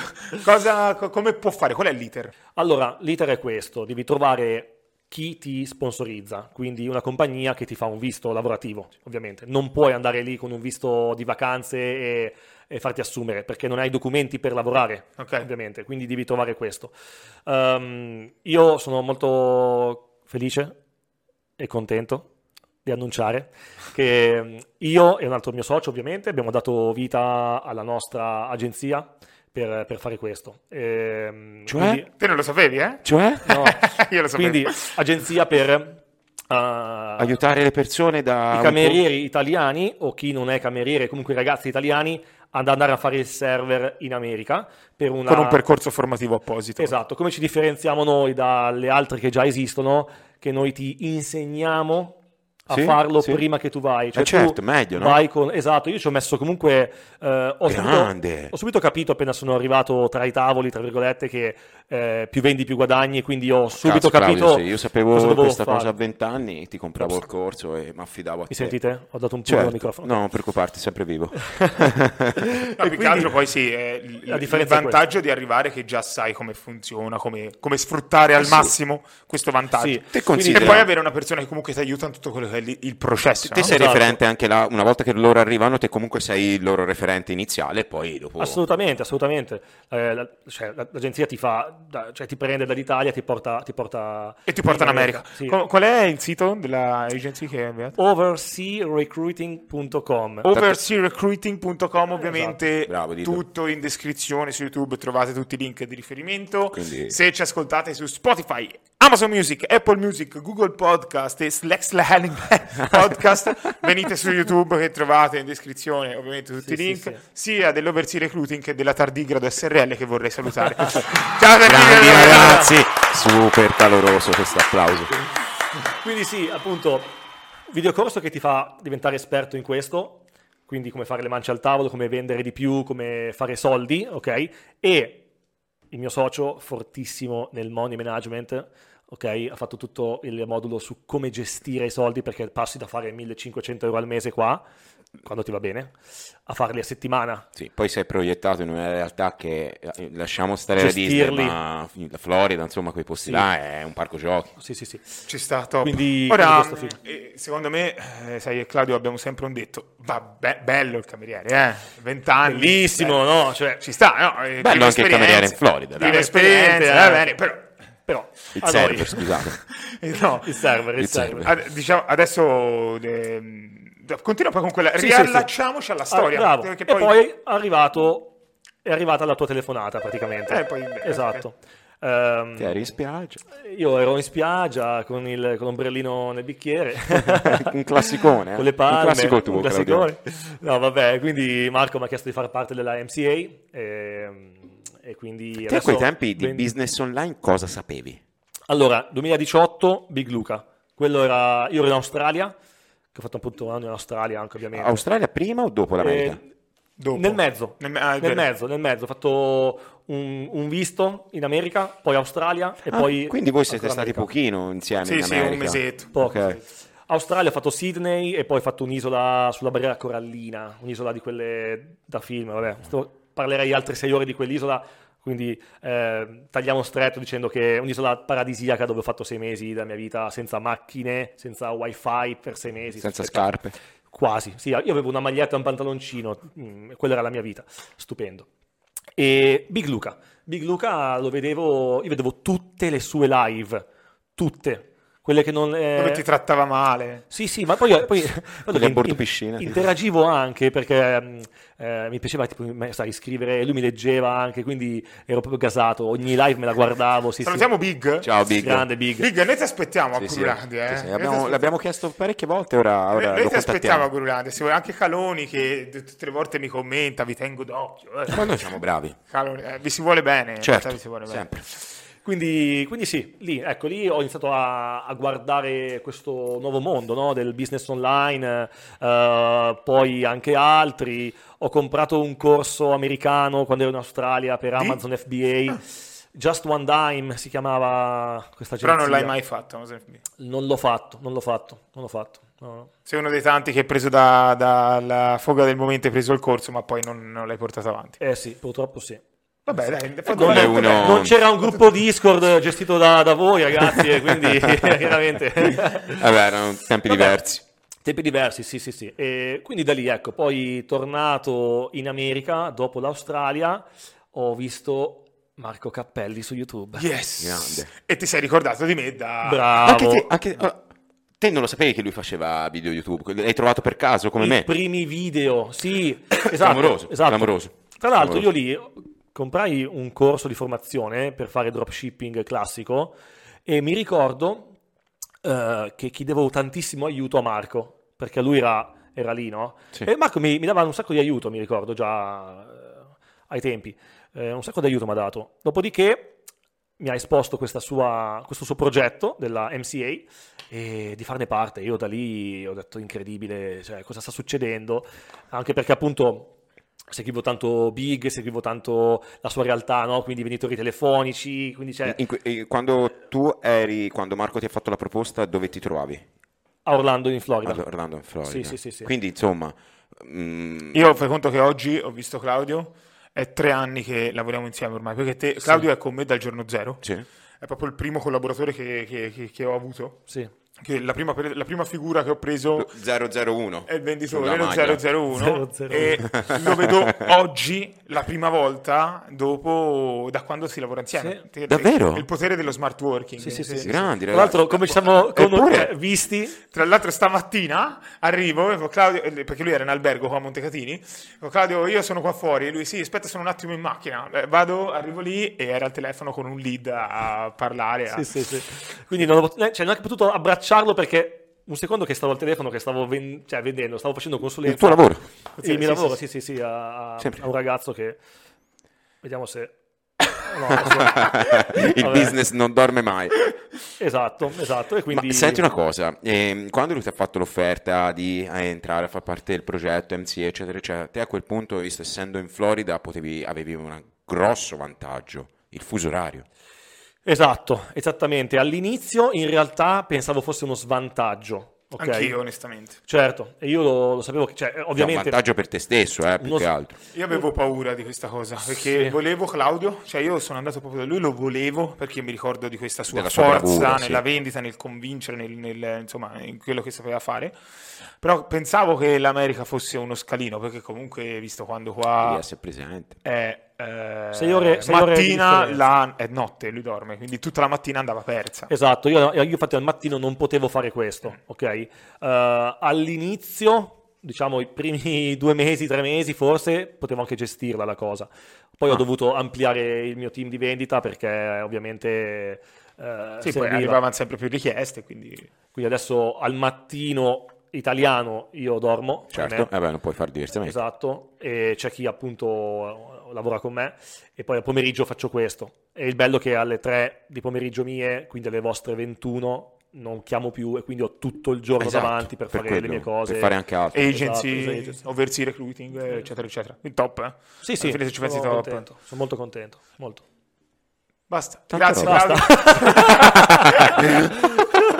Come può fare? Qual è l'iter? Allora, l'iter è questo, devi trovare chi ti sponsorizza, quindi una compagnia che ti fa un visto lavorativo, ovviamente. Non puoi andare lì con un visto di vacanze e farti assumere, perché non hai documenti per lavorare, Ok. ovviamente, quindi devi trovare questo. Io sono molto felice e contento di annunciare che io e un altro mio socio, ovviamente, abbiamo dato vita alla nostra agenzia per fare questo. Quindi- Te non lo sapevi, eh? Cioè? no, Io lo sapevo. quindi agenzia per Aiutare le persone da... i camerieri italiani o chi non è cameriere, comunque i ragazzi italiani, ad andare a fare il server in America per una... Con un percorso formativo apposito. Esatto, come ci differenziamo noi dalle altre che già esistono, che noi ti insegniamo a Sì, farlo sì. prima che tu vai. Cioè, certo, tu meglio, no? vai con... Esatto, io ci ho messo comunque... Grande. ho subito capito appena sono arrivato tra i tavoli, tra virgolette, che più vendi più guadagni, quindi ho subito Cazzo, capito Claudio, sì, io cosa sapevo dovevo questa fare. cosa a 20 anni, ti compravo il corso e mi affidavo a te. Mi sentite? Ho dato un po' Certo. al microfono. No, non preoccuparti, sempre vivo. No, più che quindi- altro poi sì, il La differenza è vantaggio di arrivare che già sai come funziona, come sfruttare al massimo questo vantaggio. Sì. Te E considera- poi avere una persona che comunque ti aiuta in tutto quello che è il processo. Te no? sei Esatto. referente anche là, una volta che loro arrivano, te comunque sei il loro referente iniziale e poi dopo... Assolutamente. L'agenzia ti fa, cioè ti prende dall'Italia, ti porta E ti porta in America. Sì. Qual è il sito della agency che hai avviato? Oversearecruiting.com. Oversearecruiting.com, ovviamente. Esatto. Bravo, Dito. Tutto in descrizione su YouTube, trovate tutti i link di riferimento. Quindi- Se ci ascoltate su Spotify, Amazon Music, Apple Music, Google Podcast e Slack Slang podcast, venite su YouTube che trovate in descrizione ovviamente tutti i link, sia dell'Overseas Recruiting che della Tardigrado SRL, che vorrei salutare. Ciao grandi ragazzi, super caloroso questo applauso. Quindi sì, appunto, videocorso che ti fa diventare esperto in questo, quindi come fare le mance al tavolo, come vendere di più, come fare soldi, ok? E il mio socio, fortissimo nel money management, ok? Ha fatto tutto il modulo su come gestire i soldi, perché passi da fare 1.500 euro al mese qua, quando ti va bene, a farli a settimana. Sì, poi sei proiettato in una realtà che, lasciamo stare la Disney, ma la Florida, insomma, quei posti là è un parco giochi. Sì. Ci sta, top. Quindi ora, secondo me, sai che Claudio abbiamo sempre un detto, bello il cameriere, 20 anni. Bellissimo, no? Cioè, ci sta, no? Bello anche il cameriere in Florida. Prima esperienza, va bene, però il server, scusate. No, il server. Diciamo, adesso continua poi con quella, riallacciamoci alla storia. Bravo. E poi è arrivata la tua telefonata praticamente. Poi, esatto. Ti eri in spiaggia? Io ero in spiaggia con l'ombrellino nel bicchiere. Un classicone, con le palme. Un classico tuo, classicone. No, vabbè, quindi Marco mi ha chiesto di fare parte della MCA e quindi te a quei tempi di business online cosa sapevi? Allora, 2018, Big Luca. Io ero in Australia, che ho fatto appunto un anno in Australia anche ovviamente. Australia prima o dopo l'America? Dopo. Nel mezzo. Ho fatto un visto in America, poi Australia e poi... Quindi voi siete stati pochino insieme in America? Sì, un mesetto. Poco. Okay. Australia ho fatto Sydney e poi ho fatto un'isola sulla barriera corallina, un'isola di quelle da film, vabbè. Parlerei altre 6 ore di quell'isola, quindi tagliamo stretto dicendo che è un'isola paradisiaca dove ho fatto 6 mesi della mia vita senza macchine, senza wifi per 6 mesi. Senza scarpe. Quasi, sì, io avevo una maglietta e un pantaloncino, quella era la mia vita, stupendo. E Big Luca lo vedevo, io vedevo tutte le sue live, tutte. Quelle che non... Dove ti trattava male. Sì, ma poi a bordo piscina. Interagivo anche perché mi piaceva scrivere, lui mi leggeva anche, quindi ero proprio gasato, ogni live me la guardavo. Salutiamo Big. Ciao Big. Grande Big. Big, noi ti aspettiamo a Gurulandia. Sì. L'abbiamo chiesto parecchie volte, ora noi ti aspettiamo a Gurulandia, anche Caloni che tutte le volte mi commenta, vi tengo d'occhio. Ma noi siamo bravi. Caloni, vi si vuole bene. Certo, vi si vuole bene. Sempre. Quindi sì, lì ho iniziato a guardare questo nuovo mondo, no, del business online, poi anche altri. Ho comprato un corso americano quando ero in Australia per Amazon FBA, Just One Dime si chiamava questa agenzia. Però non l'hai mai fatto Amazon FBA? Non l'ho fatto. No. Sei uno dei tanti che hai preso dalla foga del momento, hai preso il corso ma poi non l'hai portato avanti. Sì, purtroppo sì. Vabbè, dai, non c'era un gruppo Discord gestito da voi ragazzi, e quindi chiaramente vabbè, erano tempi diversi. Tempi diversi, sì. E quindi da lì, ecco, poi tornato in America dopo l'Australia, ho visto Marco Cappelli su YouTube. Yes. Grande. E ti sei ricordato di me da... Bravo. Te non lo sapevi che lui faceva video YouTube? L'hai trovato per caso come me? I primi video, sì. Esatto. Clamoroso. Tra l'altro io lì comprai un corso di formazione per fare dropshipping classico e mi ricordo che chiedevo tantissimo aiuto a Marco, perché lui era lì, no? Sì. E Marco mi dava un sacco di aiuto, mi ricordo già ai tempi. Un sacco di aiuto mi ha dato. Dopodiché mi ha esposto questo suo progetto della MCA e di farne parte. Io da lì ho detto incredibile, cioè cosa sta succedendo? Anche perché appunto seguivo tanto Big, seguivo tanto la sua realtà, no? Quindi venditori telefonici, quindi quando Marco ti ha fatto la proposta, dove ti trovavi? A Orlando in Florida. Sì. Quindi insomma... Io fai conto che oggi ho visto Claudio, è 3 anni che lavoriamo insieme ormai, perché Claudio è con me dal giorno 0, sì. È proprio il primo collaboratore che ho avuto. Sì. Che la prima figura che ho preso 001 è il venditore, lo 001 e lo vedo oggi la prima volta da quando si lavora insieme. Sì. Davvero? Il potere dello smart working. Sì. Grandi, tra l'altro come ci siamo visti, tra l'altro stamattina arrivo e Claudio, perché lui era in albergo qua a Montecatini, Claudio io sono qua fuori e lui sì aspetta sono un attimo in macchina, arrivo lì e era al telefono con un lead a parlare Sì. Quindi non ho potuto abbracciarlo perché un secondo che stavo al telefono, che stavo vendendo, stavo facendo consulenza. Il tuo lavoro? Il mio lavoro, sì, a un ragazzo che... Vediamo se... No, il business non dorme mai. Esatto, e quindi... Ma senti una cosa, quando lui ti ha fatto l'offerta di entrare a far parte del progetto MCA, eccetera, eccetera, te a quel punto, visto essendo in Florida, avevi un grosso vantaggio, il fuso orario. Esatto, esattamente. All'inizio in realtà pensavo fosse uno svantaggio. Okay. Anch'io, onestamente. Certo, e io lo sapevo che, ovviamente... È un vantaggio per te stesso, più che altro. Io avevo paura di questa cosa, perché volevo Claudio, io sono andato proprio da lui, lo volevo, perché mi ricordo di questa sua forza nella vendita, nel convincere, insomma, in quello che sapeva fare. Però pensavo che l'America fosse uno scalino, perché comunque, visto quando qua... Devi essere presente. 6 ore mattina, è notte, lui dorme, quindi tutta la mattina andava persa. Esatto, io infatti al mattino non potevo fare questo, ok? All'inizio, diciamo i primi 2 mesi, 3 mesi forse, potevo anche gestirla la cosa. Poi ho dovuto ampliare il mio team di vendita perché ovviamente poi arrivavano sempre più richieste, quindi adesso al mattino italiano io dormo. Certo, non puoi fare diversamente. Esatto, e c'è chi appunto lavora con me e poi al pomeriggio faccio questo. E il bello è che alle 3 di pomeriggio mie, quindi alle vostre 21, non chiamo più e quindi ho tutto il giorno davanti per fare le mie cose. Per fare anche altro. Agency, oversea recruiting, eccetera, eccetera. Il top, Sì, ci pensi top. Sono molto contento, molto. Basta. Tanto Grazie, basta. Claudio.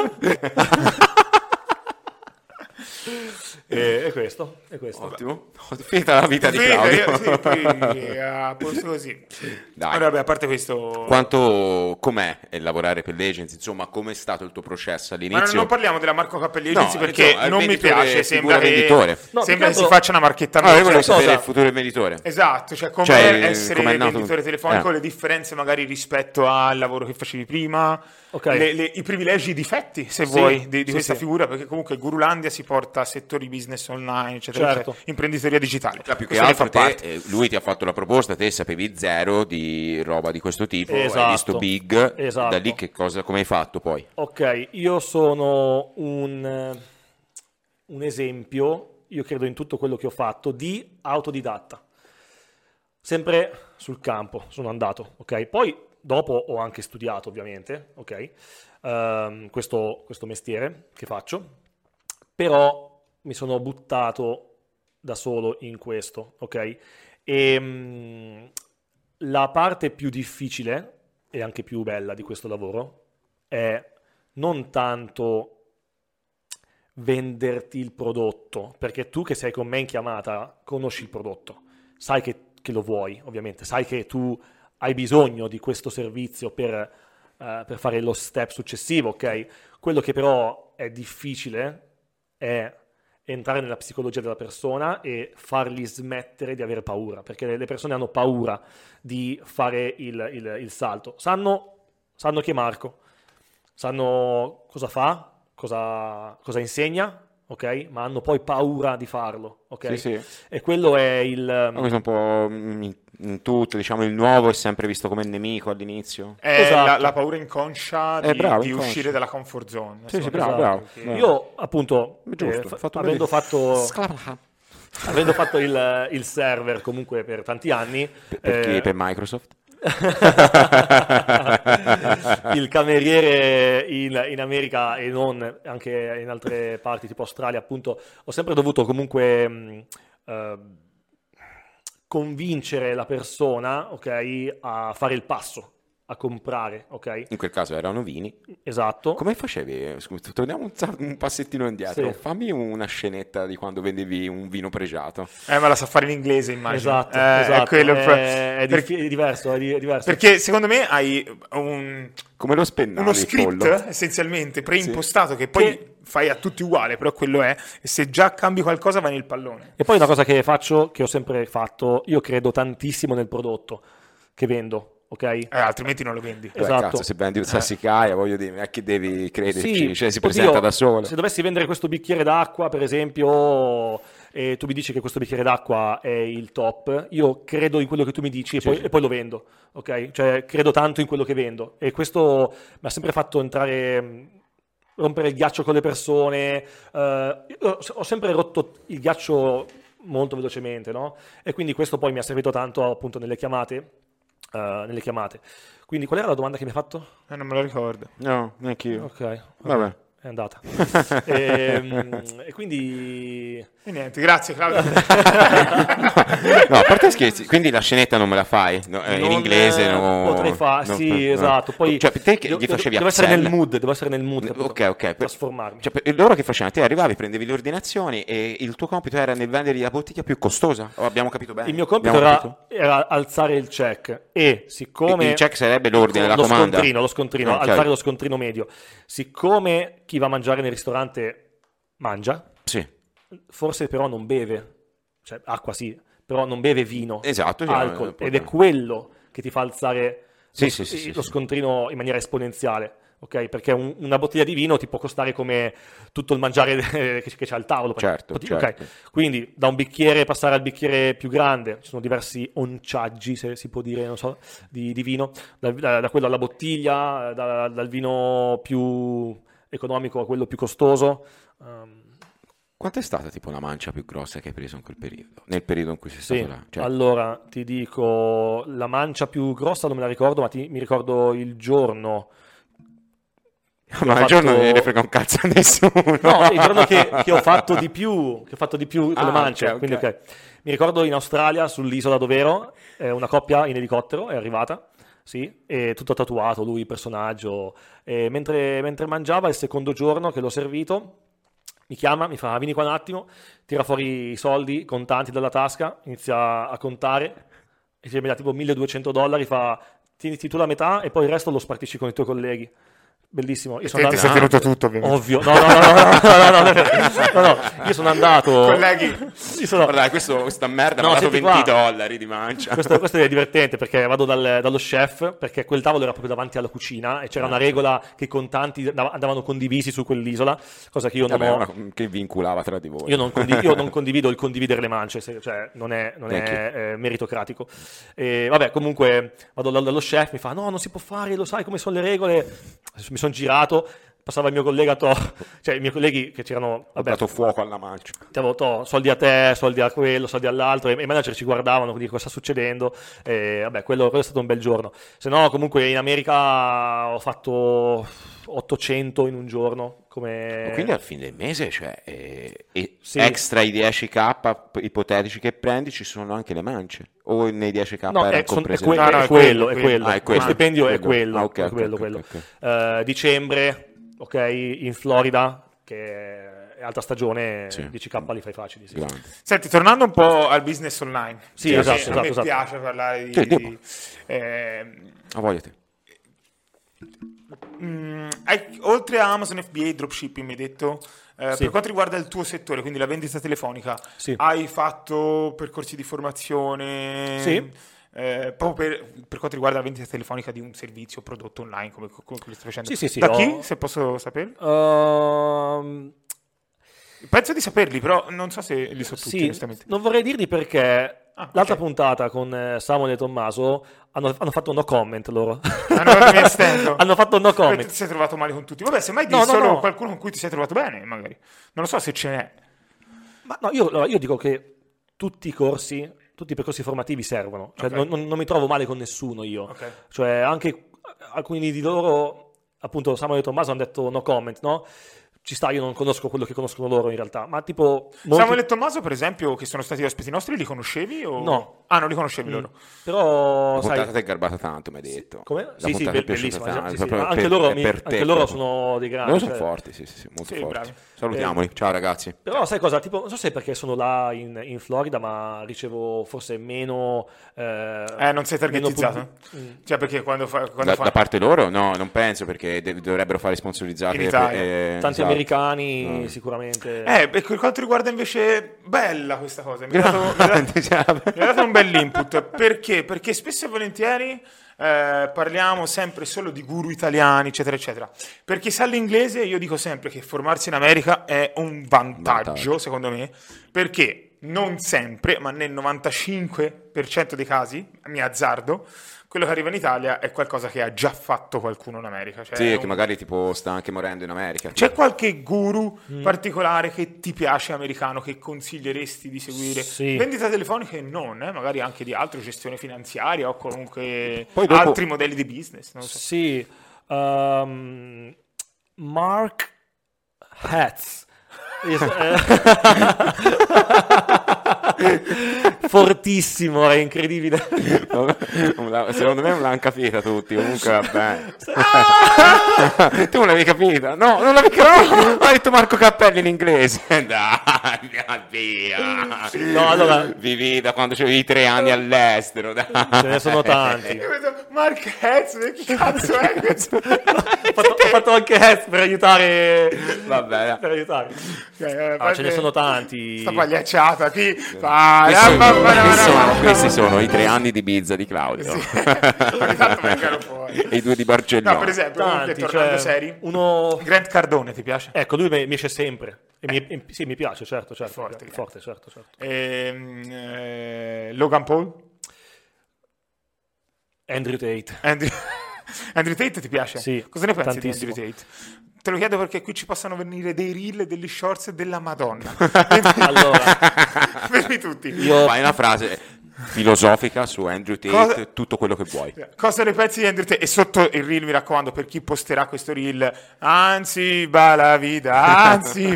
È questo. Ottimo. Finita la vita di Claudio. Poi a posto così. Dai. Allora, vabbè, a parte questo... Com'è lavorare per l'agency? Insomma, com'è stato il tuo processo all'inizio? Ma non parliamo della Marco Cappelli Agency perché insomma, non mi piace, sembra venditore. Sembra che si faccia una marchetta. Io volevo sapere il futuro del venditore. Esatto, come essere venditore telefonico, le differenze magari rispetto al lavoro che facevi prima, i privilegi, i difetti, se vuoi, di questa figura, perché comunque Gurulandia si porta a settori business online, eccetera, eccetera, imprenditoria digitale. Più che altro lui ti ha fatto la proposta, te sapevi zero di roba di questo tipo, hai visto Big, da lì come hai fatto poi? Ok, io sono un esempio, io credo in tutto quello che ho fatto, di autodidatta. Sempre sul campo sono andato, ok? Poi dopo ho anche studiato, ovviamente, ok? Questo mestiere che faccio, però mi sono buttato da solo in questo, ok? E la parte più difficile e anche più bella di questo lavoro è non tanto venderti il prodotto, perché tu che sei con me in chiamata conosci il prodotto, sai che lo vuoi, ovviamente, sai che tu hai bisogno di questo servizio per fare lo step successivo, ok? Quello che però è difficile è entrare nella psicologia della persona e fargli smettere di avere paura, perché le persone hanno paura di fare il salto. Sanno chi è Marco, sanno cosa fa, cosa insegna, ok? Ma hanno poi paura di farlo, ok? Sì. E quello è questo è un po' in tutto, diciamo, il nuovo è sempre visto come il nemico all'inizio. È la paura inconscia di uscire dalla comfort zone. Sì, bravo. Io, appunto, avendo fatto il server comunque per tanti anni... Per Microsoft? Il cameriere in America e non anche in altre parti tipo Australia, appunto, ho sempre dovuto comunque convincere la persona, ok, a fare il passo, a comprare, ok? In quel caso erano vini. Esatto. Come facevi? Scusa, torniamo un passettino indietro. Sì. Fammi una scenetta di quando vendevi un vino pregiato. Ma la sa fare in inglese, immagino. Esatto. È diverso. Perché secondo me hai come lo spennavi, uno script essenzialmente preimpostato che poi fai a tutti uguale, però quello è, e se già cambi qualcosa vai nel pallone. E poi una cosa che faccio, che ho sempre fatto, io credo tantissimo nel prodotto che vendo. Okay? Altrimenti non lo vendi. Esatto. Cazzo, se vendi un sassicaia, voglio dire, a chi devi crederci? Cioè, si presenta da solo. Se dovessi vendere questo bicchiere d'acqua, per esempio, e tu mi dici che questo bicchiere d'acqua è il top, io credo in quello che tu mi dici e poi lo vendo, ok? Cioè, credo tanto in quello che vendo e questo mi ha sempre fatto entrare rompere il ghiaccio con le persone. Io ho sempre rotto il ghiaccio molto velocemente, no? E quindi questo poi mi ha servito tanto appunto nelle chiamate. Quindi qual era la domanda che mi ha fatto? Non me lo ricordo. No, neanche io. Ok, Vabbè. è andata. E quindi... E niente, grazie Claudio. No, a parte scherzi, quindi la scenetta non me la fai? No, in Non, inglese no, potrei fare, sì, esatto. Poi cioè, te che gli facevi devo essere nel upsell? mood, capito? Ok. Trasformarmi. Cioè, loro che facevano? Te arrivavi, prendevi le ordinazioni e il tuo compito era nel vendergli la bottiglia più costosa? O abbiamo capito bene? Il mio compito era alzare il check e siccome... Il check sarebbe l'ordine, la comanda? Lo scontrino, Ok. alzare lo scontrino medio. Siccome chi va a mangiare nel ristorante mangia, Sì. forse però non beve, cioè acqua sì, però non beve vino, Esatto, alcol, ed è quello che ti fa alzare Sì. lo scontrino in maniera esponenziale. Ok, perché una bottiglia di vino ti può costare come tutto il mangiare che c'è al tavolo. Certo. Ok, quindi da un bicchiere passare al bicchiere più grande, ci sono diversi onciaggi, se si può dire, non so, di vino, da quello alla bottiglia, dal vino più economico a quello più costoso. Quanto è stata tipo la mancia più grossa che hai preso in quel periodo? Nel periodo in cui sei Sì, stato là? Cioè, allora ti dico, la mancia più grossa non me la ricordo, ma mi ricordo il giorno. ma il giorno non gliene frega un cazzo a nessuno. No, il giorno che ho fatto di più, con le mance. ok. Quindi, ok. Mi ricordo in Australia, sull'isola dove ero, una coppia in elicottero è arrivata, sì, e tutto tatuato, lui il personaggio. E mentre mangiava, il secondo giorno che l'ho servito, mi chiama, mi fa, vieni qua un attimo, tira fuori i soldi contanti dalla tasca, inizia a contare, e mi dà tipo $1.200, fa, tieniti tu la metà e poi il resto lo spartisci con i tuoi colleghi. Bellissimo. Io sono Ti sei tenuto tutto, ovviamente. Ovvio. No. Io sono andato... Colleghi. Guarda, questa merda mi ha dato senti qua. $20 di mancia. Questo è divertente perché vado dallo chef, perché quel tavolo era proprio davanti alla cucina e c'era una regola che i contanti andavano condivisi su quell'isola, cosa che io non ho. Che vinculava tra di voi. Io non condivido il condividere le mance, cioè non è meritocratico. E vabbè, comunque vado dallo chef, mi fa no, non si può fare, lo sai come sono le regole. Mi sono girato, passava il mio collega, cioè i miei colleghi che c'erano, Ho dato fuoco alla mancia. soldi a te, soldi a quello, soldi all'altro, e i manager ci guardavano, quindi cosa sta succedendo, e vabbè, quello è stato un bel giorno. Se no, comunque in America ho fatto 800 in un giorno, come... Quindi al fine del mese, cioè, Sì. extra i 10k ipotetici che prendi, ci sono anche le mance? O nei 10k No, erano è comprese? quello. Ah, È quello. è quello. Lo stipendio è quello. Ah, ok, è quello. ok. Dicembre, ok, in Florida, che è alta stagione, Sì. 10k li fai facili. Sì. Grande. Senti, tornando un po' al business online. Sì, Perché esatto, a me esatto. piace parlare Sì, di A voglia te. oltre a Amazon FBA dropshipping, mi hai detto, Sì. per quanto riguarda il tuo settore, quindi la vendita telefonica, Sì. hai fatto percorsi di formazione? Sì. Proprio per quanto riguarda la vendita telefonica di un servizio o prodotto online, come quello che stai facendo? Sì, Da chi, se posso sapere? Penso di saperli, però non so se li so tutti, Sì, onestamente. non vorrei dirli perché Ah, l'altra ok. puntata con Samuel e Tommaso hanno fatto no comment loro. Hanno fatto no Ti comment. sei trovato male con tutti. Vabbè, semmai No, di no, solo no. qualcuno con cui ti sei trovato bene, magari. Non lo so se ce n'è. Ma no, io dico che tutti i percorsi formativi servono. Cioè, Ok. non mi trovo male con nessuno io. Ok. Cioè, anche alcuni di loro, appunto Samuel e Tommaso, hanno detto no comment, no? Ci sta, io non conosco quello che conoscono loro in realtà, ma tipo... Samuel e Tommaso, per esempio, che sono stati ospiti nostri, li conoscevi? O... No. Ah, non li conoscevi loro. Però, La puntata sai... ti è garbata tanto, mi hai detto. Come? La Sì, puntata ti è piaciuta bellissima. tanto, Sì, sì. proprio Anche per- loro, è per te, anche loro proprio. sono dei grandi. Loro sono cioè. forti, sì, molto Sì, forti. bravi. Salutiamoli, ciao ragazzi. Però sai cosa? Tipo, non so se è perché sono là in Florida, ma ricevo forse meno... Non sei targetizzato? Cioè, perché quando Da parte loro? No, non penso, perché dovrebbero fare sponsorizzate. In Italia. Tanti esatto. americani sicuramente... per quanto riguarda invece, bella questa cosa. Mi ha Grande, dato un bel input. Perché? Perché spesso e volentieri parliamo sempre solo di guru italiani, eccetera, eccetera. Per chi sa l'inglese, io dico sempre che formarsi in America è un vantaggio, secondo me, perché non sempre, ma nel 95% dei casi, mi azzardo, quello che arriva in Italia è qualcosa che ha già fatto qualcuno in America. Cioè Sì, che magari tipo sta anche morendo in America. C'è qualche guru particolare che ti piace americano, che consiglieresti di seguire? Sì. Vendita telefoniche non, magari anche di altro, gestione finanziaria o comunque Poi dopo- altri modelli di business, non lo so. Sì, Mark Hatz. Fortissimo, è incredibile. Secondo me non l'hanno capita tutti. Comunque, vabbè. Tu non l'avevi capita? No, non l'avevi capita. Ho detto Marco Cappelli in inglese. Dai, via. No, allora, Vivi da quando avevi 3 anni all'estero. Dai. ce ne sono tanti. Mark Hetz, che cazzo è questo? Ho fatto anche Hatz per aiutare. Vabbè. Per aiutare. Ce ne sono tanti. Sta pagliacciata qui. Questi sono i 3 anni di Bizza di Claudio. Ogni tanto vengano fuori. E i 2 di Barcellona. No, per esempio, Tanti, tornando cioè, seri, uno... Grant Cardone ti piace? Ecco, lui mi esce sempre. E sì, mi piace, certo. Forte, Forte, certo. Logan Paul? Andrew Tate. Andrew Tate ti piace? Sì, Cosa ne pensi tantissimo. di Andrew Tate? Te lo chiedo perché qui ci possono venire dei reel, degli shorts della Madonna. Allora, Fermi tutti. Fai una frase filosofica su Andrew Tate, tutto quello che vuoi. Cosa ne pensi di Andrew Tate? E sotto il reel, mi raccomando, per chi posterà questo reel, anzi, va la vita, anzi.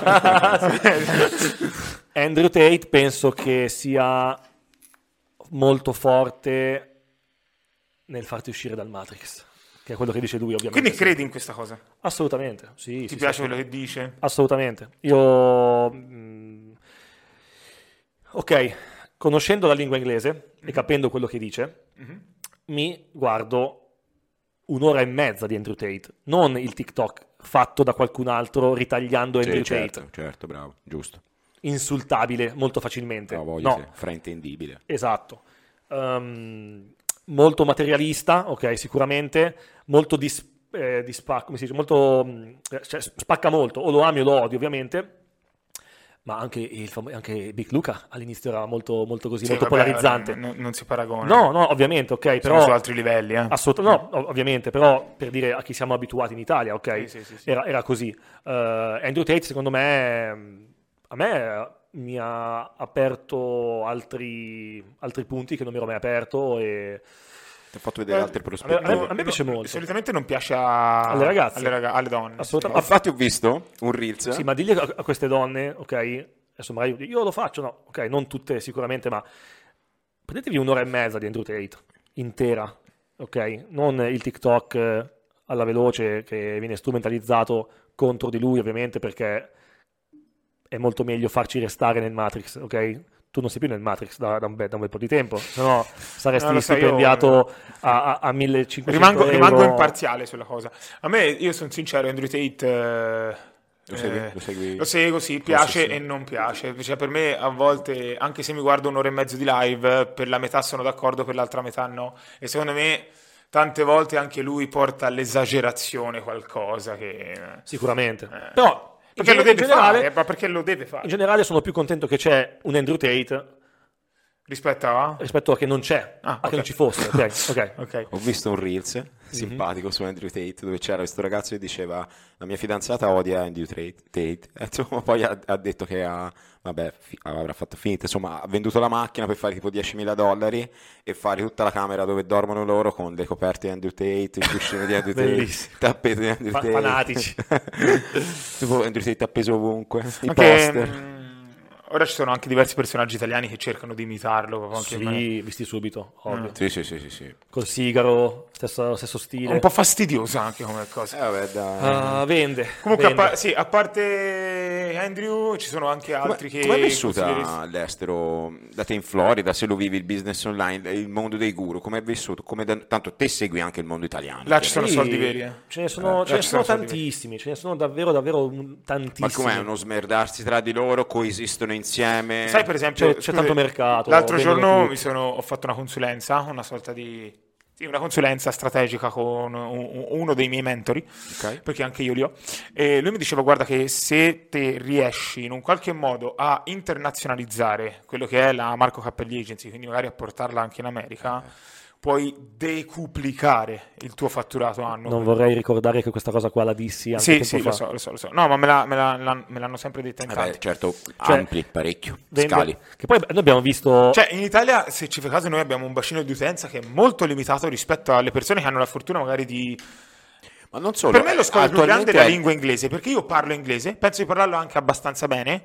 Andrew Tate penso che sia molto forte nel farti uscire dal Matrix, che è quello che dice lui, ovviamente. Quindi credi in questa cosa? Assolutamente, sì. Ti piace quello che dice? Assolutamente. Io... ok, conoscendo la lingua inglese e capendo quello che dice, mi guardo 1 ora e mezza di Andrew Tate, non il TikTok fatto da qualcun altro ritagliando Andrew Tate. Certo, bravo, giusto. Insultabile molto facilmente. Sì, fraintendibile. Esatto. Molto materialista, ok, sicuramente, molto come si dice, molto, cioè, spacca molto, o lo ami o lo odi ovviamente, ma anche anche Big Luca all'inizio era molto, molto così, Sì, molto vabbè, polarizzante. Non si paragona. No, ovviamente, ok, Siamo però... su altri livelli, Assolutamente, no, ovviamente, però per dire a chi siamo abituati in Italia, ok, Sì. Era così. Andrew Tate, secondo me, a me mi ha aperto altri punti che non mi ero mai aperto e... Ti ho fatto vedere altre prospettive. A me piace molto. Solitamente non piace alle ragazze. alle donne. Assolutamente. Infatti ho visto un Reels. Sì, ma digli a queste donne, ok, adesso magari io lo faccio, no, ok, non tutte sicuramente, ma prendetevi 1 ora e mezza di Andrew Tate, intera, ok? Non il TikTok alla veloce che viene strumentalizzato contro di lui, ovviamente, perché è molto meglio farci restare nel Matrix, ok? Tu non sei più nel Matrix da un bel po' di tempo, se no saresti lo so, stipendiato a 1.500 Rimango euro. imparziale sulla cosa. A me, io sono sincero, Andrew Tate lo seguo, sì, piace e non piace. Cioè, per me a volte, anche se mi guardo 1 ora e mezzo di live, per la metà sono d'accordo, per l'altra metà no. E secondo me tante volte anche lui porta all'esagerazione qualcosa che... Sicuramente. Però... Perché lo deve fare, ma perché lo deve fare. In generale sono più contento che c'è un Andrew Tate rispetto a che non c'è, okay. che non ci fosse. Ok. Ho visto un Reels simpatico su Andrew Tate dove c'era questo ragazzo che diceva la mia fidanzata odia Andrew Tate. E insomma, poi ha detto che avrà fatto finita, insomma ha venduto la macchina per fare tipo $10.000 e fare tutta la camera dove dormono loro con le coperte di Andrew Tate, il cuscino di Andrew Tate, il tappeto di Andrew Tate. Fanatici. Tipo Andrew Tate appeso ovunque, i poster. Ora ci sono anche diversi personaggi italiani che cercano di imitarlo. Sì, visti subito, ovvio. Sì. Col sigaro, stesso stile. Un po' fastidiosa anche come cosa. Vabbè, dai. Vende. Comunque, vende. A parte Andrew, ci sono anche altri che... Come è vissuta all'estero, da te in Florida, se lo vivi il business online, il mondo dei guru, come è vissuto? Tanto te segui anche il mondo italiano. Là ci sono soldi veri. Ce ne sono tantissimi, ce ne sono davvero tantissimi. Ma com'è uno smerdarsi tra di loro, coesistono insieme? Sai, per esempio, c'è tanto mercato. L'altro giorno ho fatto una consulenza, una sorta di Sì, una consulenza strategica con uno dei miei mentori, Ok. perché anche io li ho, e lui mi diceva, guarda che se te riesci in un qualche modo a internazionalizzare quello che è la Marco Cappelli Agency, quindi magari a portarla anche in America, puoi decuplicare il tuo fatturato annuo. Non vorrei ricordare che questa cosa qua la dissi anche Sì, tempo sì, fa. lo so. No, ma me l'hanno sempre detta in tanti. Vabbè, certo, Cioè, ampli, parecchio, Vende- scali. Che poi noi abbiamo visto... Cioè, in Italia, se ci fai caso, noi abbiamo un bacino di utenza che è molto limitato rispetto alle persone che hanno la fortuna magari di... Ma non solo. Per me lo scopo più grande è la attualmente lingua inglese, perché io parlo inglese, penso di parlarlo anche abbastanza bene,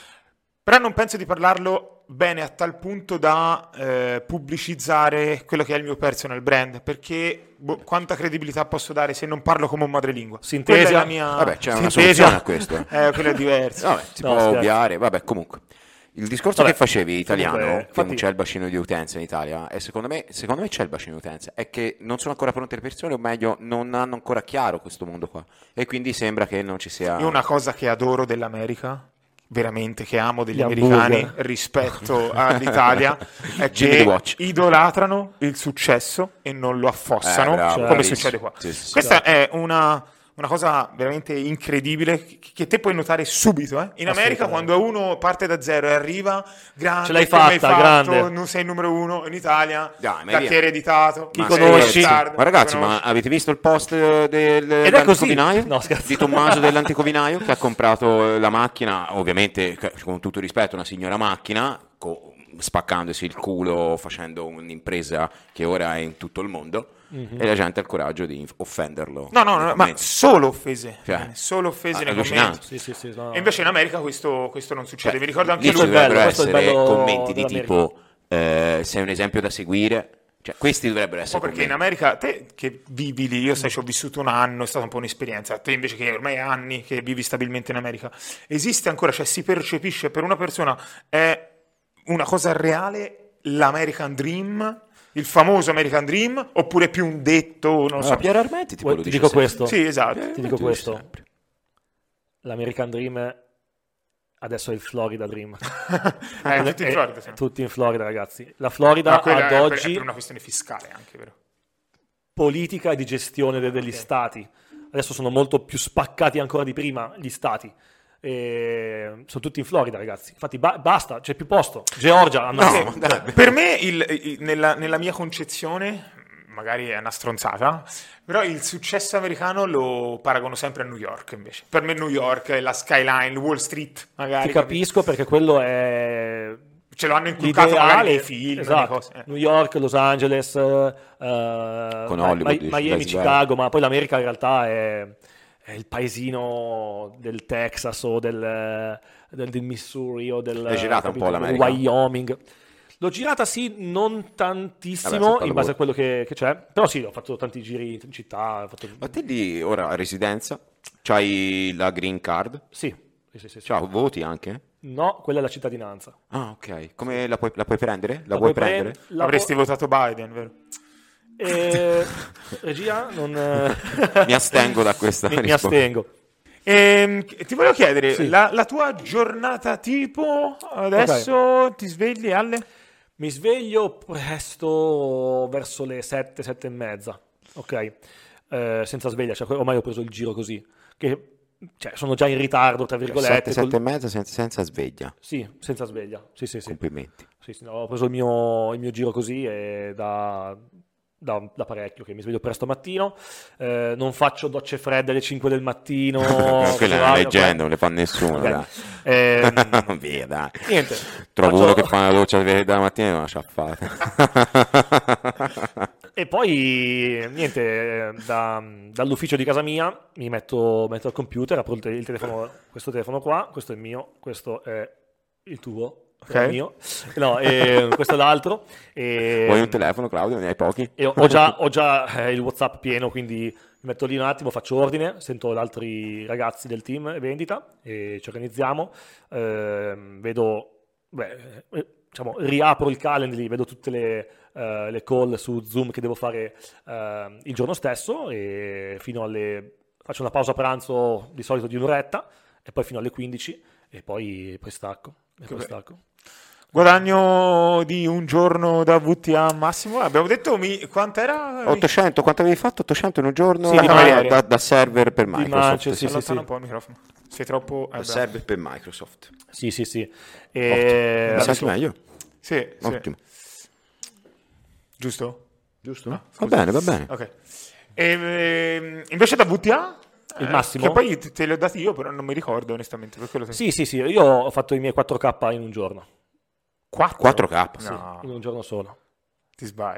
però non penso di parlarlo bene a tal punto da pubblicizzare quello che è il mio personal brand, perché quanta credibilità posso dare se non parlo come un madrelingua? Sintesia. Quella è la mia... Vabbè, c'è una Sintesia. soluzione a questo. Quella è diversa. Vabbè, si No, può scherzo. ovviare. Vabbè, comunque. Il discorso Vabbè, che facevi italiano, comunque, che infatti- non c'è il bacino di utenza in Italia, e secondo me c'è il bacino di utenza, è che non sono ancora pronte le persone, o meglio, non hanno ancora chiaro questo mondo qua. E quindi sembra che non ci sia... Io una cosa che adoro dell'America, veramente che amo degli Gli americani hamburger. rispetto all'Italia, è Jimmy the Watch. che idolatrano il successo e non lo affossano, bravo, come bravissimo. succede qua. Sì, sì, sì. Questa è una cosa veramente incredibile che te puoi notare subito. In America, Assolutamente. quando uno parte da zero e arriva, grande, Ce l'hai che mi hai fatta, grande. non sei il numero uno. In Italia, Dai, ma da via. che ereditato, Chi Ma sei conosci? bastardo, Ma ragazzi, chi ma conosci. avete visto il post dell'antico così. vinaio? No, scherzo. Di Tommaso dell'antico vinaio che ha comprato la macchina, ovviamente con tutto il rispetto, una signora macchina, spaccandosi il culo, facendo un'impresa che ora è in tutto il mondo, e la gente ha il coraggio di offenderlo. No, nei ma commenti. solo offese. Cioè, Solo offese nei allucinante. commenti. Sì, no. E invece in America questo non succede. Cioè, Vi ricordo anche lì ci lui. Questo è dovrebbero bello, questo è il essere bello commenti di dell'America. tipo sei un esempio da seguire. Cioè, questi dovrebbero essere Perché in commenti. America, te che vivi lì, io sai, ci ho vissuto un anno, è stata un po' un'esperienza. Te invece che ormai è anni che vivi stabilmente in America, esiste ancora, cioè si percepisce per una persona, è una cosa reale l'American Dream, il famoso American Dream, oppure più un detto, non so. Allora, Piero Armenti tipo Ti lo dice dico sempre. questo. Sì, esatto. Ti dico Lo dice questo. sempre. L'American Dream adesso è il Florida Dream. Tutti in Florida, sì. Tutti in Florida, ragazzi. La Florida Ma quella ad è oggi per una questione fiscale anche, vero? politica e di gestione degli stati. Adesso sono molto più spaccati ancora di prima gli stati. Sono tutti in Florida, ragazzi. Infatti basta, c'è più posto. Georgia hanno No, per me, nella mia concezione, magari è una stronzata, però il successo americano lo paragono sempre a New York, invece. Per me New York è la skyline, Wall Street, magari. Ti capisco perché quello è Ce lo hanno inculcato magari nei film, esatto. nelle cose. New York, Los Angeles, Hollywood, dici, Miami, Las Chicago, ma poi l'America in realtà è il paesino del Texas o del Missouri o del L'hai girata un po' capito, l'America? Wyoming. L'ho girata sì, non tantissimo Vabbè, se in base a quello che c'è, però sì, ho fatto tanti giri in città. Ma te lì ora a residenza c'hai la green card? Sì. Ciao, voti anche? No, quella è la cittadinanza. Ah, ok. Come la puoi prendere? La vuoi prendere? Avresti votato Biden, vero? Regia, non... Mi astengo da questa mi risposta. astengo. Ti volevo chiedere, Sì. la tua giornata tipo, adesso ti svegli alle... Mi sveglio presto verso le 7, 7 e mezza, ok? Senza sveglia, cioè ormai ho preso il giro così, che cioè, sono già in ritardo, tra virgolette. 7 e mezza senza sveglia. Sì, senza sveglia, sì. Complimenti. Sì, no, ho preso il mio giro così e da parecchio, che mi sveglio presto mattino, non faccio docce fredde alle 5 del mattino. Quella è una leggenda, non le fa nessuno. Ok. Dai. Via, dai. Niente. Trovo faccio- uno che fa una doccia dalla mattina e una sciaffata. E poi, niente, dall'ufficio di casa mia mi metto al computer, apro il telefono, questo telefono qua, questo è il mio, questo è il tuo, Ok. è il mio, no, questo è l'altro. Vuoi un telefono, Claudio? Ne hai pochi? E ho già il WhatsApp pieno, quindi mi metto lì un attimo, faccio ordine, sento gli altri ragazzi del team vendita e ci organizziamo, vedo, diciamo, riapro il calendar, vedo tutte le call su Zoom che devo fare il giorno stesso e faccio una pausa pranzo di solito di un'oretta e poi fino alle 15 e poi stacco. Guadagno di un giorno da VTA massimo? Abbiamo detto quant'era? 800, quanto avevi fatto? 800 in un giorno? Sì, da server per Di Microsoft. Manchester, sì, Allontana un po' il microfono. Sei troppo... Da server per Microsoft. Sì. Mi senti meglio? Sì. Ottimo. Giusto? Giusto? Va bene. Ok. Invece da VTA? Il massimo? Che poi te li ho dati io, però non mi ricordo onestamente. Per quello Sì, io ho fatto i miei 4K in un giorno. 4K? Sì, in un giorno solo. Ti sbagli.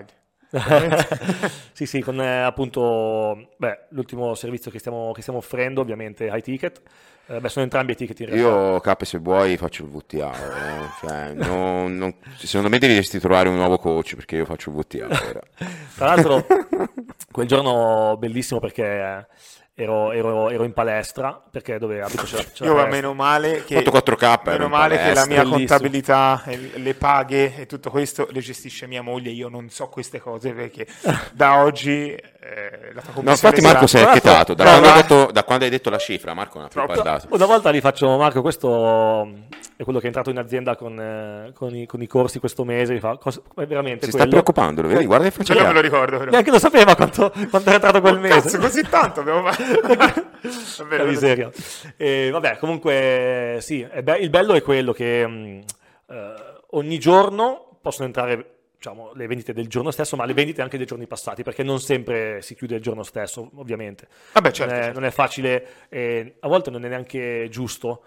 Sì, con appunto l'ultimo servizio che stiamo offrendo, ovviamente iTicket. Sono entrambi iTicket in realtà. Io, K, se vuoi, faccio il VTA. Cioè, secondo me devi trovare un nuovo coach, perché io faccio il VTA ora. Tra l'altro, quel giorno bellissimo perché ero in palestra, perché dove abito c'è la Io palestra. meno male che Fatto 4K, meno male che la mia bellissimo. contabilità, le paghe e tutto questo le gestisce mia moglie. Io non so queste cose perché da oggi la tua No, commissione infatti Marco si è Tra l'altro- acchetato. Da quando hai detto la cifra, Marco non ha più parlato. Una volta li faccio, Marco, questo è quello che è entrato in azienda con i corsi questo mese, mi fa, è veramente Si quello. sta preoccupando, lo vedi? Guarda che faccia Ce me lo chiaro. ricordo però. Neanche lo sapeva quanto era entrato quel mese. Cazzo, così tanto abbiamo fatto. La miseria. Comunque sì, il bello è quello che ogni giorno possono entrare, diciamo, le vendite del giorno stesso, ma le vendite anche dei giorni passati, perché non sempre si chiude il giorno stesso, ovviamente. Vabbè, certo. Non è facile, a volte non è neanche giusto.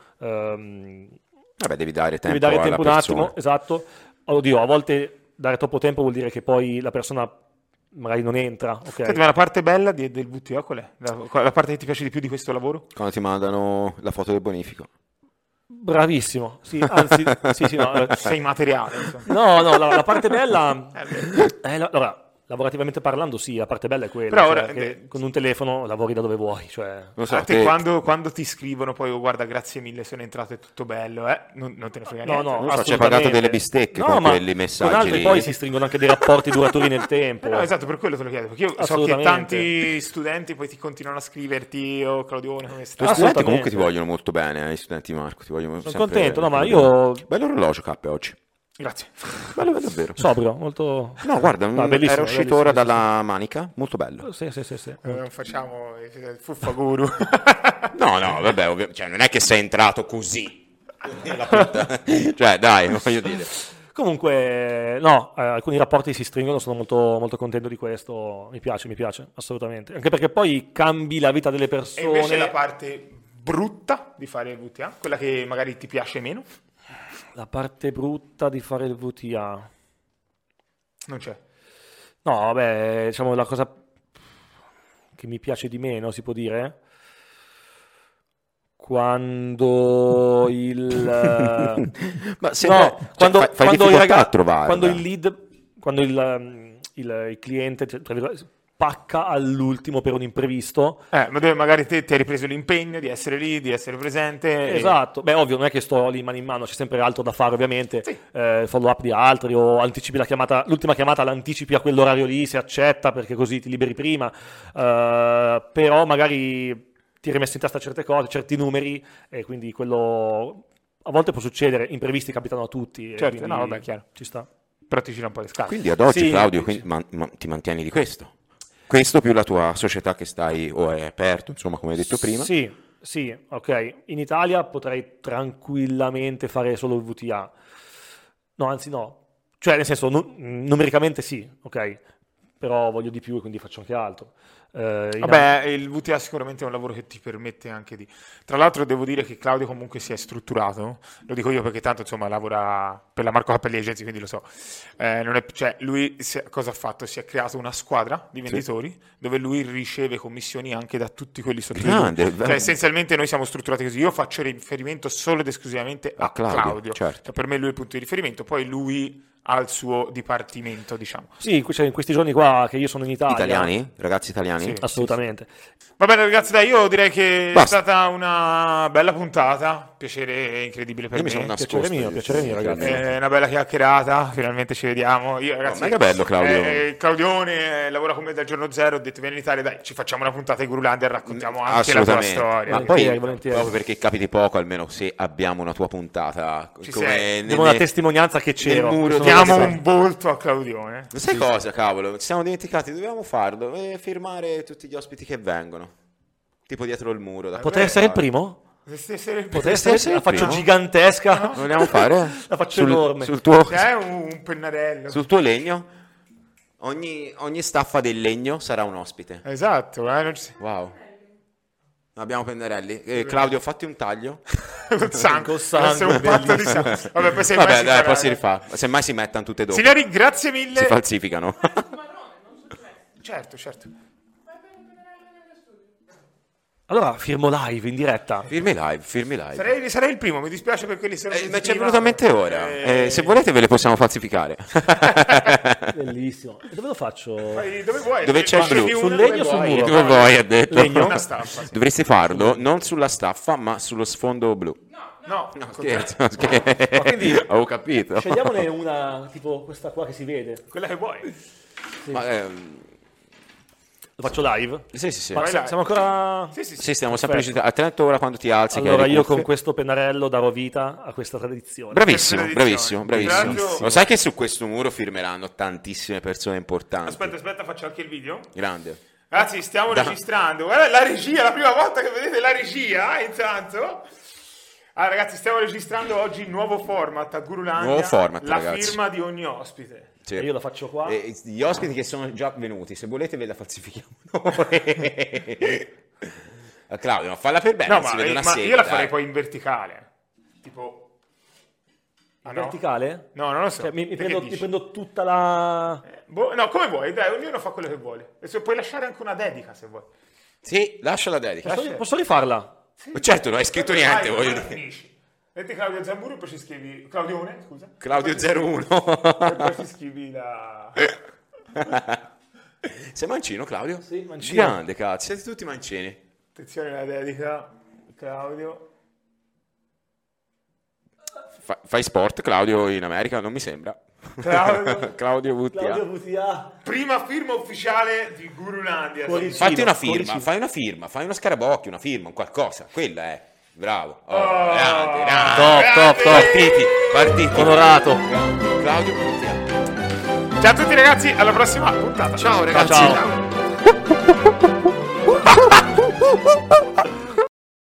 Vabbè, devi dare tempo Devi dare alla tempo un persona. attimo, esatto. Oddio, a volte dare troppo tempo vuol dire che poi la persona magari non entra, ok? Senti, ma la parte bella del VTA qual è? La parte che ti piace di più di questo lavoro? Quando ti mandano la foto del bonifico. Bravissimo, sì, anzi, sì, no, Sei materiale. Insomma. no, la parte bella, allora, lavorativamente parlando, sì, la parte bella è quella, Però cioè, ora- che con un telefono lavori da dove vuoi, cioè... Non so, A te quando ti scrivono poi guarda grazie mille sono entrato è tutto bello non te ne frega niente. No, non so, c'è assolutamente. pagato delle bistecche con ma quelli messaggi con altri lì. poi si stringono anche dei rapporti duraturi nel tempo. No, esatto, per quello te lo chiedo, perché io so che Assolutamente. tanti studenti poi ti continuano a scriverti Claudione come I stai? tuoi studenti Assolutamente. comunque ti vogliono molto bene, gli studenti di Marco, ti vogliono Sono sempre contento, no, ma molto bene. io Bello orologio, K, oggi. Grazie. Bello davvero. sobrio, molto... No, guarda, bellissimo, era uscito bellissimo, ora sì, dalla manica, molto bello. Sì. Non facciamo il fuffaguru. No, vabbè, cioè, non è che sei entrato così. La puttana. Cioè, dai, voglio dire. Comunque, no, alcuni rapporti si stringono, sono molto, molto contento di questo, mi piace, assolutamente. Anche perché poi cambi la vita delle E persone. invece la parte brutta di fare il VTA, quella che magari ti piace meno, La parte brutta di fare il VTA. non c'è. No, vabbè, diciamo la cosa che mi piace di meno, si può dire, quando Ma sempre, fai difficoltà a trovarla. quando il lead, quando il cliente, cioè, tra virgolette, pacca all'ultimo per un imprevisto. Ma dove magari ti hai ripreso l'impegno di essere lì, di essere presente. Esatto, beh, ovvio, non è che sto lì mano in mano, c'è sempre altro da fare, ovviamente. Sì. Follow up di altri o anticipi la chiamata, l'ultima chiamata l'anticipi a quell'orario lì, se accetta, perché così ti liberi prima. Però magari ti hai rimesso in testa certe cose, certi numeri, e quindi quello a volte può succedere, imprevisti capitano a tutti. Certo, quindi no, vabbè, chiaro. ci sta. Però ti gira un po' le scale. Quindi ad oggi, Sì, Claudio, sì. ti mantieni di questo? Questo più la tua società che stai o è aperto, insomma, come hai detto prima. Sì, ok. In Italia potrei tranquillamente fare solo il VTA. No, anzi no. Cioè, nel senso, numericamente sì, ok. Però voglio di più e quindi faccio anche altro. Vabbè, il VTA sicuramente è un lavoro che ti permette anche di... Tra l'altro devo dire che Claudio comunque si è strutturato, lo dico io perché tanto insomma lavora per la Marco Cappelli Agency, quindi lo so. Cioè, lui cosa ha fatto? Si è creato una squadra di venditori dove lui riceve commissioni anche da tutti quelli sotto di lui. Grande, Cioè, essenzialmente noi siamo strutturati così, io faccio riferimento solo ed esclusivamente a Claudio. certo. Cioè, per me lui è il punto di riferimento, poi lui al suo dipartimento, diciamo. Sì, cioè in questi giorni qua che io sono in Italia. Italiani? Ragazzi italiani? Sì. Assolutamente. Va bene ragazzi, dai, io direi che Basta. è stata una bella puntata, piacere incredibile per Io mi me. sono nascosto. Piacere mio, ragazzi. Una bella chiacchierata, finalmente ci vediamo. Io, ragazzi, ma che bello, Claudio. Claudione lavora con me dal giorno zero, ho detto vieni in Italia, dai, ci facciamo una puntata di Gurulandia e raccontiamo anche la tua Assolutamente. storia. Ma poi, Volentieri. proprio perché capiti poco, almeno se abbiamo una tua puntata, Ci come sei. Diamo una testimonianza che c'ero. nel muro Sono di- Diamo stato- un volto a Claudione. Sai cosa, cavolo? Ci siamo dimenticati, dobbiamo farlo e firmare tutti gli ospiti che vengono. Tipo dietro il muro. Potrei essere il primo? Potrei essere essere la il faccio primo? gigantesca. Lo vogliamo fare? La faccio enorme. Sul tuo, C'è un pennarello. sul tuo legno? Ogni staffa del legno sarà un ospite. Esatto, non ci... Wow. Abbiamo pennarelli. Claudio, fatti un taglio. Col sangue. Col sangue, Deve essere un patto di sangue. Vabbè, poi semmai Vabbè, si dai, farà- poi si rifà. Semmai si mettano tutte dopo. Signori, grazie mille. Si falsificano. Certo, certo. Allora firmo live in diretta. Firmi live. Sarei il primo, mi dispiace per quelli se Ma ci è venuto a mente ora. Se volete ve le possiamo falsificare. Bellissimo. E dove lo faccio? Dove vuoi? Dove c'è il blu? Scegli Sul una, legno o dove sul vuoi. muro? Dove vuoi, ha detto. Legno? Una stampa, sì. Dovresti farlo non sulla staffa, ma sullo sfondo blu. No, No, al scherzo, contrario. scherzo. Ma quindi- Avevo capito. Scegliamone una tipo questa qua che si vede. Quella che vuoi. Ma, Lo faccio live? sì. Ma Vai, dai. siamo ancora... Sì, stiamo Perfetto. sempre attento ora quando ti alzi. che Allora hai le io con cuffie. questo pennarello darò vita a questa tradizione. Bravissimo, Questa bravissimo, tradizione. bravissimo. Lo sai che su questo muro firmeranno tantissime persone importanti. Aspetta, faccio anche il video. Grande. Ragazzi, stiamo registrando. Guarda la regia, la prima volta che vedete la regia, intanto. Allora, ragazzi, stiamo registrando oggi il nuovo format a Gurulandia. Nuovo format, la ragazzi. firma di ogni ospite. Sì. E io la faccio qua. Gli ospiti che sono già venuti, se volete ve la falsifichiamo noi. Claudio, non falla per bene, No, si vede una ma seta, io la dai. farei poi in verticale. Tipo... Ah, no? Verticale? No, non lo so. Cioè, mi Te che prendo, dici? mi prendo tutta la... No, come vuoi, dai, ognuno fa quello che vuole. E se puoi lasciare anche una dedica se vuoi. Sì, lascia la dedica. Posso rifarla? Certo, non hai scritto niente, Vai, voglio vai, dire. finisci. Metti Claudio Zamburu e poi ci scrivi... Claudione, scusa. Claudio E 01. poi ci scrivi la... Sei mancino, Claudio? Sì, mancino. Grande, cazzo, siete tutti mancini. Attenzione la dedica, Claudio. Fai sport, Claudio, in America? Non mi sembra. Claudio. Claudio VTA. Claudio VTA. Prima firma ufficiale di Gurulandia. Cuoricino. Fatti una firma, Cuoricino. fai una firma, fai uno scarabocchio, una firma, un qualcosa. Quella è. Bravo. Oh, Oh, grande, Top, top, top. Partiti. Onorato. Claudio VTA. Ciao a tutti ragazzi, alla prossima puntata. Ciao ragazzi. ciao. Ciao.